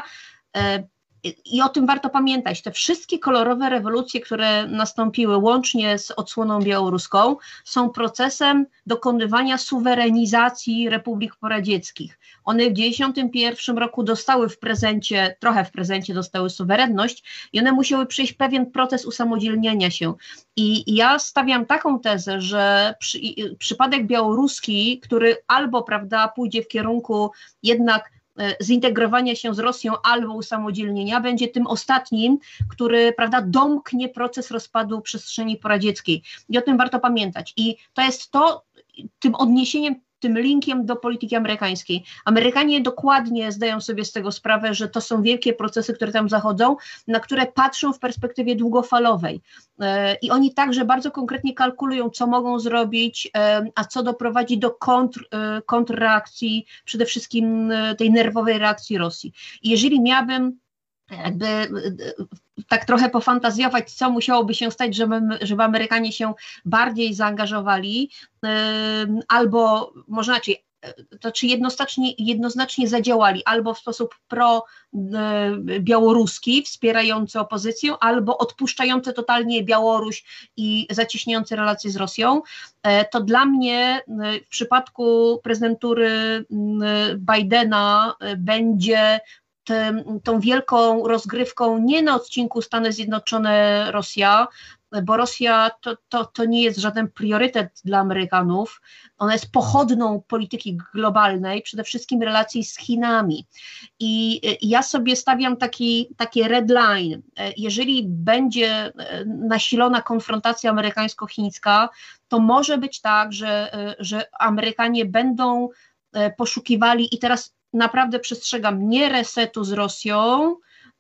I o tym warto pamiętać. Te wszystkie kolorowe rewolucje, które nastąpiły łącznie z odsłoną białoruską, są procesem dokonywania suwerenizacji republik poradzieckich. One w dziewięćdziesiątym pierwszym roku dostały w prezencie, trochę w prezencie dostały suwerenność i one musiały przejść pewien proces usamodzielniania się. I ja stawiam taką tezę, że przy, przypadek białoruski, który albo, prawda, pójdzie w kierunku jednak zintegrowania się z Rosją albo usamodzielnienia, będzie tym ostatnim, który, prawda, domknie proces rozpadu przestrzeni poradzieckiej. I o tym warto pamiętać. I to jest to, tym odniesieniem, tym linkiem do polityki amerykańskiej. Amerykanie dokładnie zdają sobie z tego sprawę, że to są wielkie procesy, które tam zachodzą, na które patrzą w perspektywie długofalowej. I oni także bardzo konkretnie kalkulują, co mogą zrobić, a co doprowadzi do kontr, kontrreakcji, przede wszystkim tej nerwowej reakcji Rosji. I jeżeli miałabym jakby tak trochę pofantazjować, co musiałoby się stać, żeby, żeby Amerykanie się bardziej zaangażowali, yy, albo może inaczej, to czy jednoznacznie, jednoznacznie zadziałali, albo w sposób pro-białoruski, wspierający opozycję, albo odpuszczający totalnie Białoruś i zacieśniający relacje z Rosją, to dla mnie w przypadku prezydentury Bidena będzie Tym, tą wielką rozgrywką nie na odcinku Stany Zjednoczone Rosja, bo Rosja to, to, to nie jest żaden priorytet dla Amerykanów, ona jest pochodną polityki globalnej, przede wszystkim relacji z Chinami. I ja sobie stawiam taki, taki red line, jeżeli będzie nasilona konfrontacja amerykańsko-chińska, to może być tak, że, że Amerykanie będą poszukiwali i teraz naprawdę przestrzegam, nie resetu z Rosją,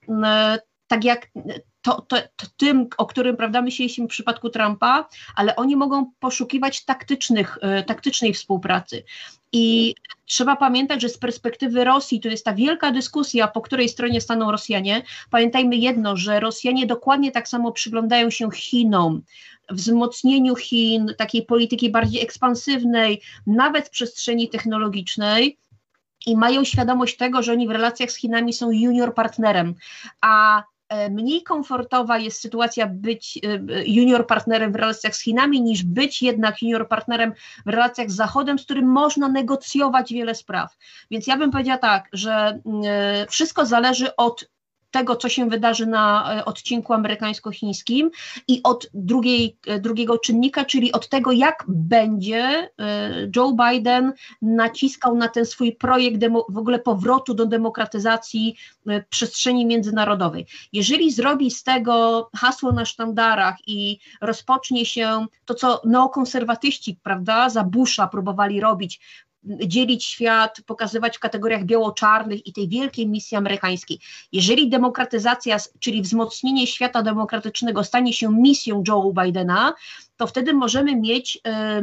tak jak to, to, to tym, o którym, prawda, myśleliśmy w przypadku Trumpa, ale oni mogą poszukiwać taktycznych, taktycznej współpracy. I trzeba pamiętać, że z perspektywy Rosji to jest ta wielka dyskusja, po której stronie staną Rosjanie. Pamiętajmy jedno, że Rosjanie dokładnie tak samo przyglądają się Chinom, wzmocnieniu Chin, takiej polityki bardziej ekspansywnej, nawet w przestrzeni technologicznej, i mają świadomość tego, że oni w relacjach z Chinami są junior partnerem, a mniej komfortowa jest sytuacja być junior partnerem w relacjach z Chinami, niż być jednak junior partnerem w relacjach z Zachodem, z którym można negocjować wiele spraw. Więc ja bym powiedziała tak, że wszystko zależy od tego, co się wydarzy na odcinku amerykańsko-chińskim i od drugiej, drugiego czynnika, czyli od tego, jak będzie Joe Biden naciskał na ten swój projekt demo, w ogóle powrotu do demokratyzacji przestrzeni międzynarodowej. Jeżeli zrobi z tego hasło na sztandarach i rozpocznie się to, co neokonserwatyści, prawda, za Busha próbowali robić, dzielić świat, pokazywać w kategoriach biało-czarnych i tej wielkiej misji amerykańskiej. Jeżeli demokratyzacja, czyli wzmocnienie świata demokratycznego stanie się misją Joe Bidena, to wtedy możemy mieć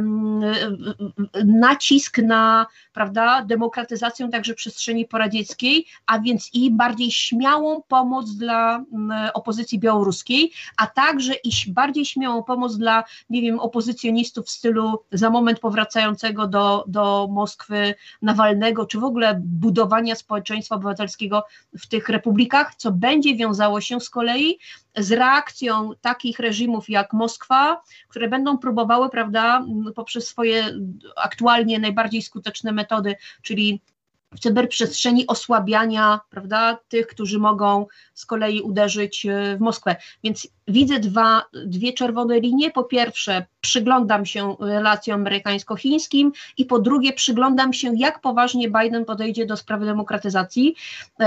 nacisk na, prawda, demokratyzację także przestrzeni poradzieckiej, a więc i bardziej śmiałą pomoc dla opozycji białoruskiej, a także i bardziej śmiałą pomoc dla, nie wiem, opozycjonistów w stylu za moment powracającego do, do Moskwy Nawalnego, czy w ogóle budowania społeczeństwa obywatelskiego w tych republikach, co będzie wiązało się z kolei z reakcją takich reżimów jak Moskwa, które będą próbowały, prawda, poprzez swoje aktualnie najbardziej skuteczne metody, czyli w cyberprzestrzeni osłabiania, prawda, tych, którzy mogą z kolei uderzyć w Moskwę. Więc widzę dwa, dwie czerwone linie. Po pierwsze, przyglądam się relacjom amerykańsko-chińskim i po drugie, przyglądam się, jak poważnie Biden podejdzie do sprawy demokratyzacji,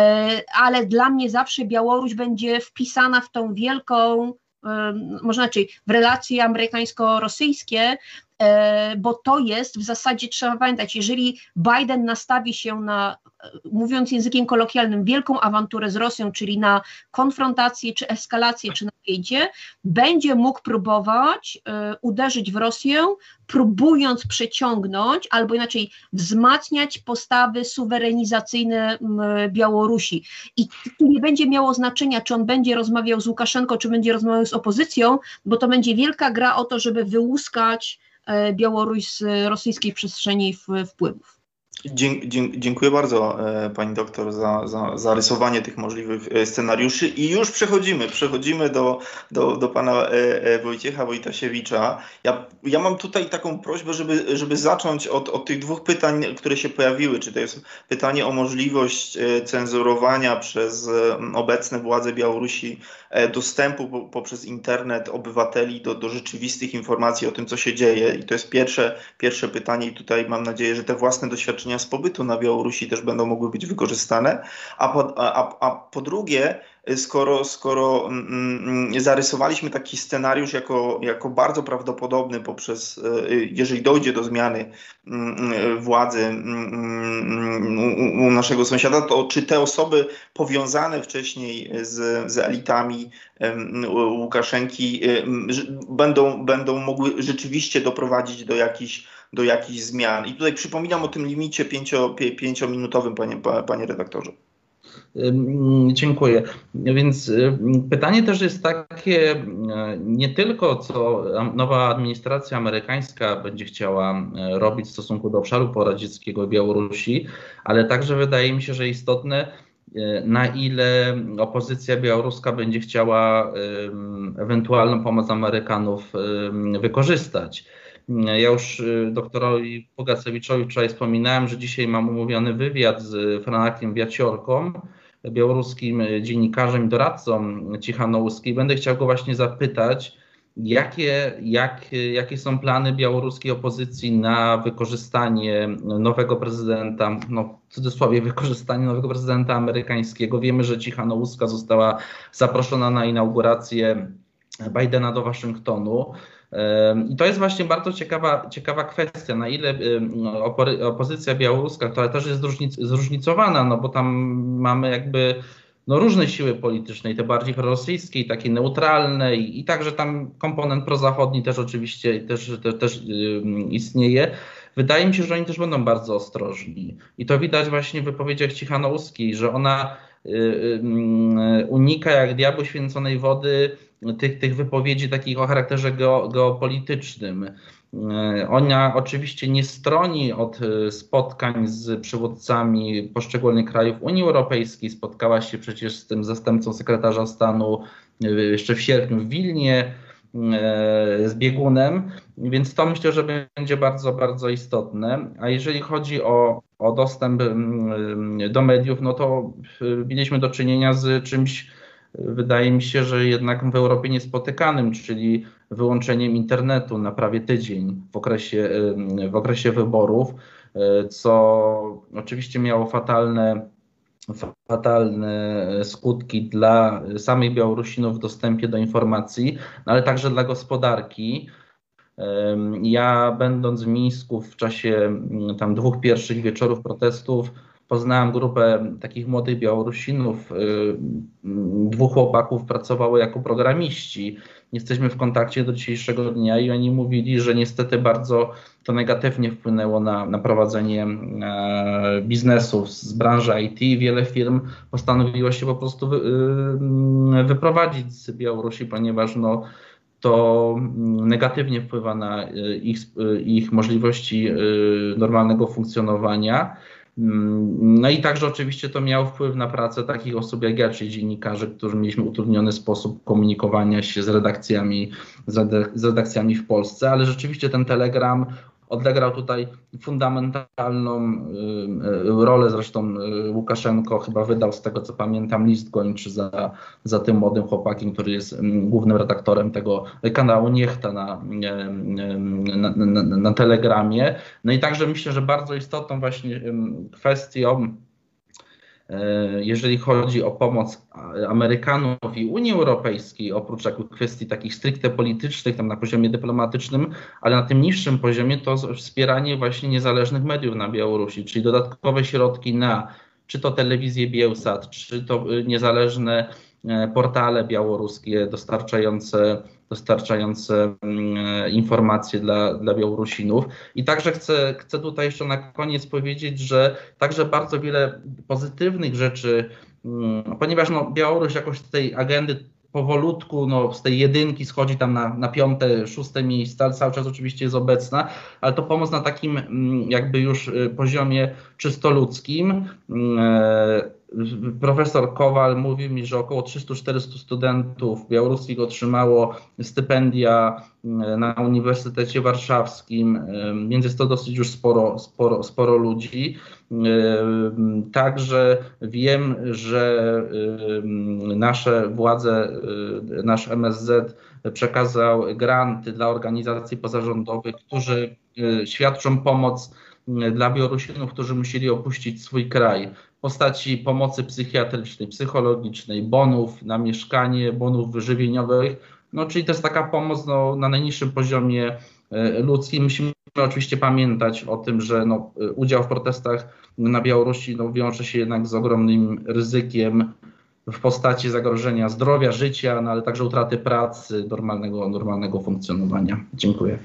ale dla mnie zawsze Białoruś będzie wpisana w tą wielką, można inaczej, w relacje amerykańsko-rosyjskie, bo to jest w zasadzie, trzeba pamiętać, jeżeli Biden nastawi się na, mówiąc językiem kolokwialnym, wielką awanturę z Rosją, czyli na konfrontację, czy eskalację, czy napięcie, będzie mógł próbować uderzyć w Rosję, próbując przeciągnąć, albo inaczej wzmacniać postawy suwerenizacyjne Białorusi. I tu nie będzie miało znaczenia, czy on będzie rozmawiał z Łukaszenką, czy będzie rozmawiał z opozycją, bo to będzie wielka gra o to, żeby wyłuskać Białoruś z rosyjskiej przestrzeni wpływów. Dziękuję bardzo pani doktor za, za zarysowanie tych możliwych scenariuszy i już przechodzimy, przechodzimy do, do, do pana Wojciecha Wojtasiewicza. Ja, ja mam tutaj taką prośbę, żeby, żeby zacząć od, od tych dwóch pytań, które się pojawiły. Czy to jest pytanie o możliwość cenzurowania przez obecne władze Białorusi dostępu poprzez internet obywateli do, do rzeczywistych informacji o tym, co się dzieje. I to jest pierwsze, pierwsze pytanie i tutaj mam nadzieję, że te własne doświadczenia z pobytu na Białorusi też będą mogły być wykorzystane. A po, a, a po drugie, skoro, skoro mm, zarysowaliśmy taki scenariusz jako, jako bardzo prawdopodobny poprzez, jeżeli dojdzie do zmiany mm, władzy mm, u, u naszego sąsiada, to czy te osoby powiązane wcześniej z, z elitami Łukaszenki będą, będą mogły rzeczywiście doprowadzić do jakichś do jakichś zmian. I tutaj przypominam o tym limicie pięcio, pięciominutowym, panie, panie redaktorze. Dziękuję. Więc pytanie też jest takie, nie tylko co nowa administracja amerykańska będzie chciała robić w stosunku do obszaru poradzieckiego Białorusi, ale także wydaje mi się, że istotne, na ile opozycja białoruska będzie chciała ewentualną pomoc Amerykanów wykorzystać. Ja już doktorowi Pugacewiczowi wczoraj wspominałem, że dzisiaj mam umówiony wywiad z Franakiem Wiaciorką, białoruskim dziennikarzem i doradcą Cichanouskiej. Będę chciał go właśnie zapytać, jakie, jak, jakie są plany białoruskiej opozycji na wykorzystanie nowego prezydenta, no w cudzysłowie wykorzystanie nowego prezydenta amerykańskiego. Wiemy, że Cichanouska została zaproszona na inaugurację Bidena do Waszyngtonu. I to jest właśnie bardzo ciekawa, ciekawa kwestia, na ile opozycja białoruska, która też jest zróżnicowana, no bo tam mamy jakby no, różne siły polityczne, i te bardziej prorosyjskie, i takie neutralne, i, i także tam komponent prozachodni też oczywiście też, też, też istnieje. Wydaje mi się, że oni też będą bardzo ostrożni. I to widać właśnie w wypowiedziach Cichanouskiej, że ona unika jak diabły święconej wody tych, tych wypowiedzi takich o charakterze geo, geopolitycznym. Ona oczywiście nie stroni od spotkań z przywódcami poszczególnych krajów Unii Europejskiej. Spotkała się przecież z tym zastępcą sekretarza stanu jeszcze w sierpniu w Wilnie, z Biegunem, więc to myślę, że będzie bardzo, bardzo istotne. A jeżeli chodzi o, o dostęp do mediów, no to mieliśmy do czynienia z czymś, wydaje mi się, że jednak w Europie niespotykanym, czyli wyłączeniem internetu na prawie tydzień w okresie, w okresie wyborów, co oczywiście miało fatalne fatalne skutki dla samych Białorusinów w dostępie do informacji, ale także dla gospodarki. Ja, będąc w Mińsku w czasie tam dwóch pierwszych wieczorów protestów, poznałem grupę takich młodych Białorusinów. Dwóch chłopaków pracowało jako programiści jesteśmy w kontakcie do dzisiejszego dnia i oni mówili, że niestety bardzo to negatywnie wpłynęło na, na prowadzenie e, biznesów z branży I T. Wiele firm postanowiło się po prostu wy, y, wyprowadzić z Białorusi, ponieważ no, to negatywnie wpływa na ich, ich możliwości normalnego funkcjonowania. No i także oczywiście to miało wpływ na pracę takich osób jak ja, czyli dziennikarzy, którzy mieliśmy utrudniony sposób komunikowania się z redakcjami, z redakcjami w Polsce, ale rzeczywiście ten Telegram odegrał tutaj fundamentalną y, rolę. Zresztą y, Łukaszenko chyba wydał, z tego co pamiętam, list gończy za, za tym młodym chłopakiem, który jest y, głównym redaktorem tego kanału Niechta na, y, na, na, na Telegramie. No i także myślę, że bardzo istotną właśnie y, kwestią, jeżeli chodzi o pomoc Amerykanów i Unii Europejskiej, oprócz jakby kwestii takich stricte politycznych, tam na poziomie dyplomatycznym, ale na tym niższym poziomie, to wspieranie właśnie niezależnych mediów na Białorusi, czyli dodatkowe środki na czy to telewizję Bielsat, czy to niezależne portale białoruskie dostarczające, dostarczające informacje dla, dla Białorusinów. I także chcę, chcę tutaj jeszcze na koniec powiedzieć, że także bardzo wiele pozytywnych rzeczy, ponieważ no, Białoruś jakoś z tej agendy powolutku, no, z tej jedynki schodzi tam na, na piąte, szóste miejsce, ale cały czas oczywiście jest obecna, ale to pomoc na takim jakby już poziomie czysto ludzkim. Profesor Kowal mówi mi, że około trzysta czterysta studentów białoruskich otrzymało stypendia na Uniwersytecie Warszawskim, więc jest to dosyć już sporo, sporo, sporo ludzi. Także wiem, że nasze władze, nasz M S Z przekazał granty dla organizacji pozarządowych, którzy świadczą pomoc dla Białorusinów, którzy musieli opuścić swój kraj, w postaci pomocy psychiatrycznej, psychologicznej, bonów na mieszkanie, bonów wyżywieniowych. No, czyli to jest taka pomoc no, na najniższym poziomie ludzkim. Musimy oczywiście pamiętać o tym, że no, udział w protestach na Białorusi no, wiąże się jednak z ogromnym ryzykiem w postaci zagrożenia zdrowia, życia, no, ale także utraty pracy, normalnego, normalnego funkcjonowania. Dziękuję.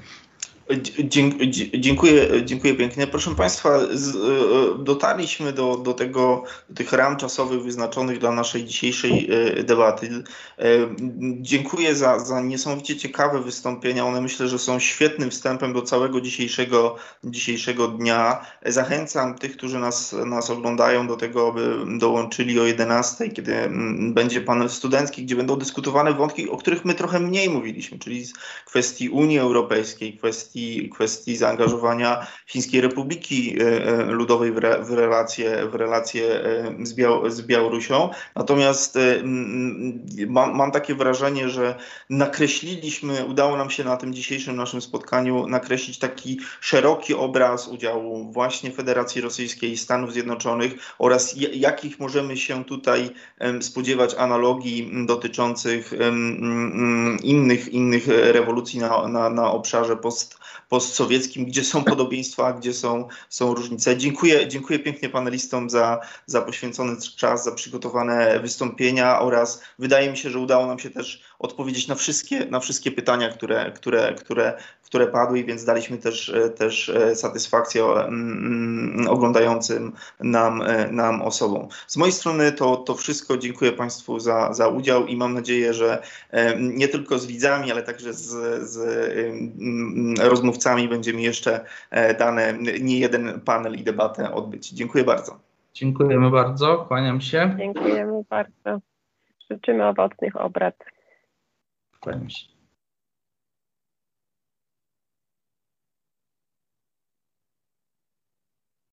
Dziękuję, dziękuję pięknie. Proszę Państwa, z, dotarliśmy do, do, tego, do tych ram czasowych wyznaczonych dla naszej dzisiejszej debaty. Dziękuję za, za niesamowicie ciekawe wystąpienia. One myślę, że są świetnym wstępem do całego dzisiejszego, dzisiejszego dnia. Zachęcam tych, którzy nas, nas oglądają, do tego, aby dołączyli o jedenastej, kiedy będzie panel studencki, gdzie będą dyskutowane wątki, o których my trochę mniej mówiliśmy, czyli z kwestii Unii Europejskiej, kwestii kwestii zaangażowania Chińskiej Republiki Ludowej w, re, w, relacje, w relacje z, Biał, z Białorusią. Natomiast mam, mam takie wrażenie, że nakreśliliśmy, udało nam się na tym dzisiejszym naszym spotkaniu nakreślić taki szeroki obraz udziału właśnie Federacji Rosyjskiej i Stanów Zjednoczonych oraz jakich możemy się tutaj spodziewać analogii dotyczących innych, innych rewolucji na, na, na obszarze post postsowieckim, gdzie są podobieństwa, a gdzie są, są różnice. Dziękuję, dziękuję pięknie panelistom za, za poświęcony czas, za przygotowane wystąpienia oraz wydaje mi się, że udało nam się też odpowiedzieć na wszystkie, na wszystkie pytania, które, które, które, które padły, więc daliśmy też, też satysfakcję oglądającym nam, nam osobom. Z mojej strony to, to wszystko. Dziękuję Państwu za, za udział i mam nadzieję, że nie tylko z widzami, ale także z, z rozmówcami będzie mi jeszcze dane nie jeden panel i debatę odbyć. Dziękuję bardzo. Dziękujemy bardzo. Kłaniam się. Dziękujemy bardzo. Życzymy owocnych obrad. Kłaniam się.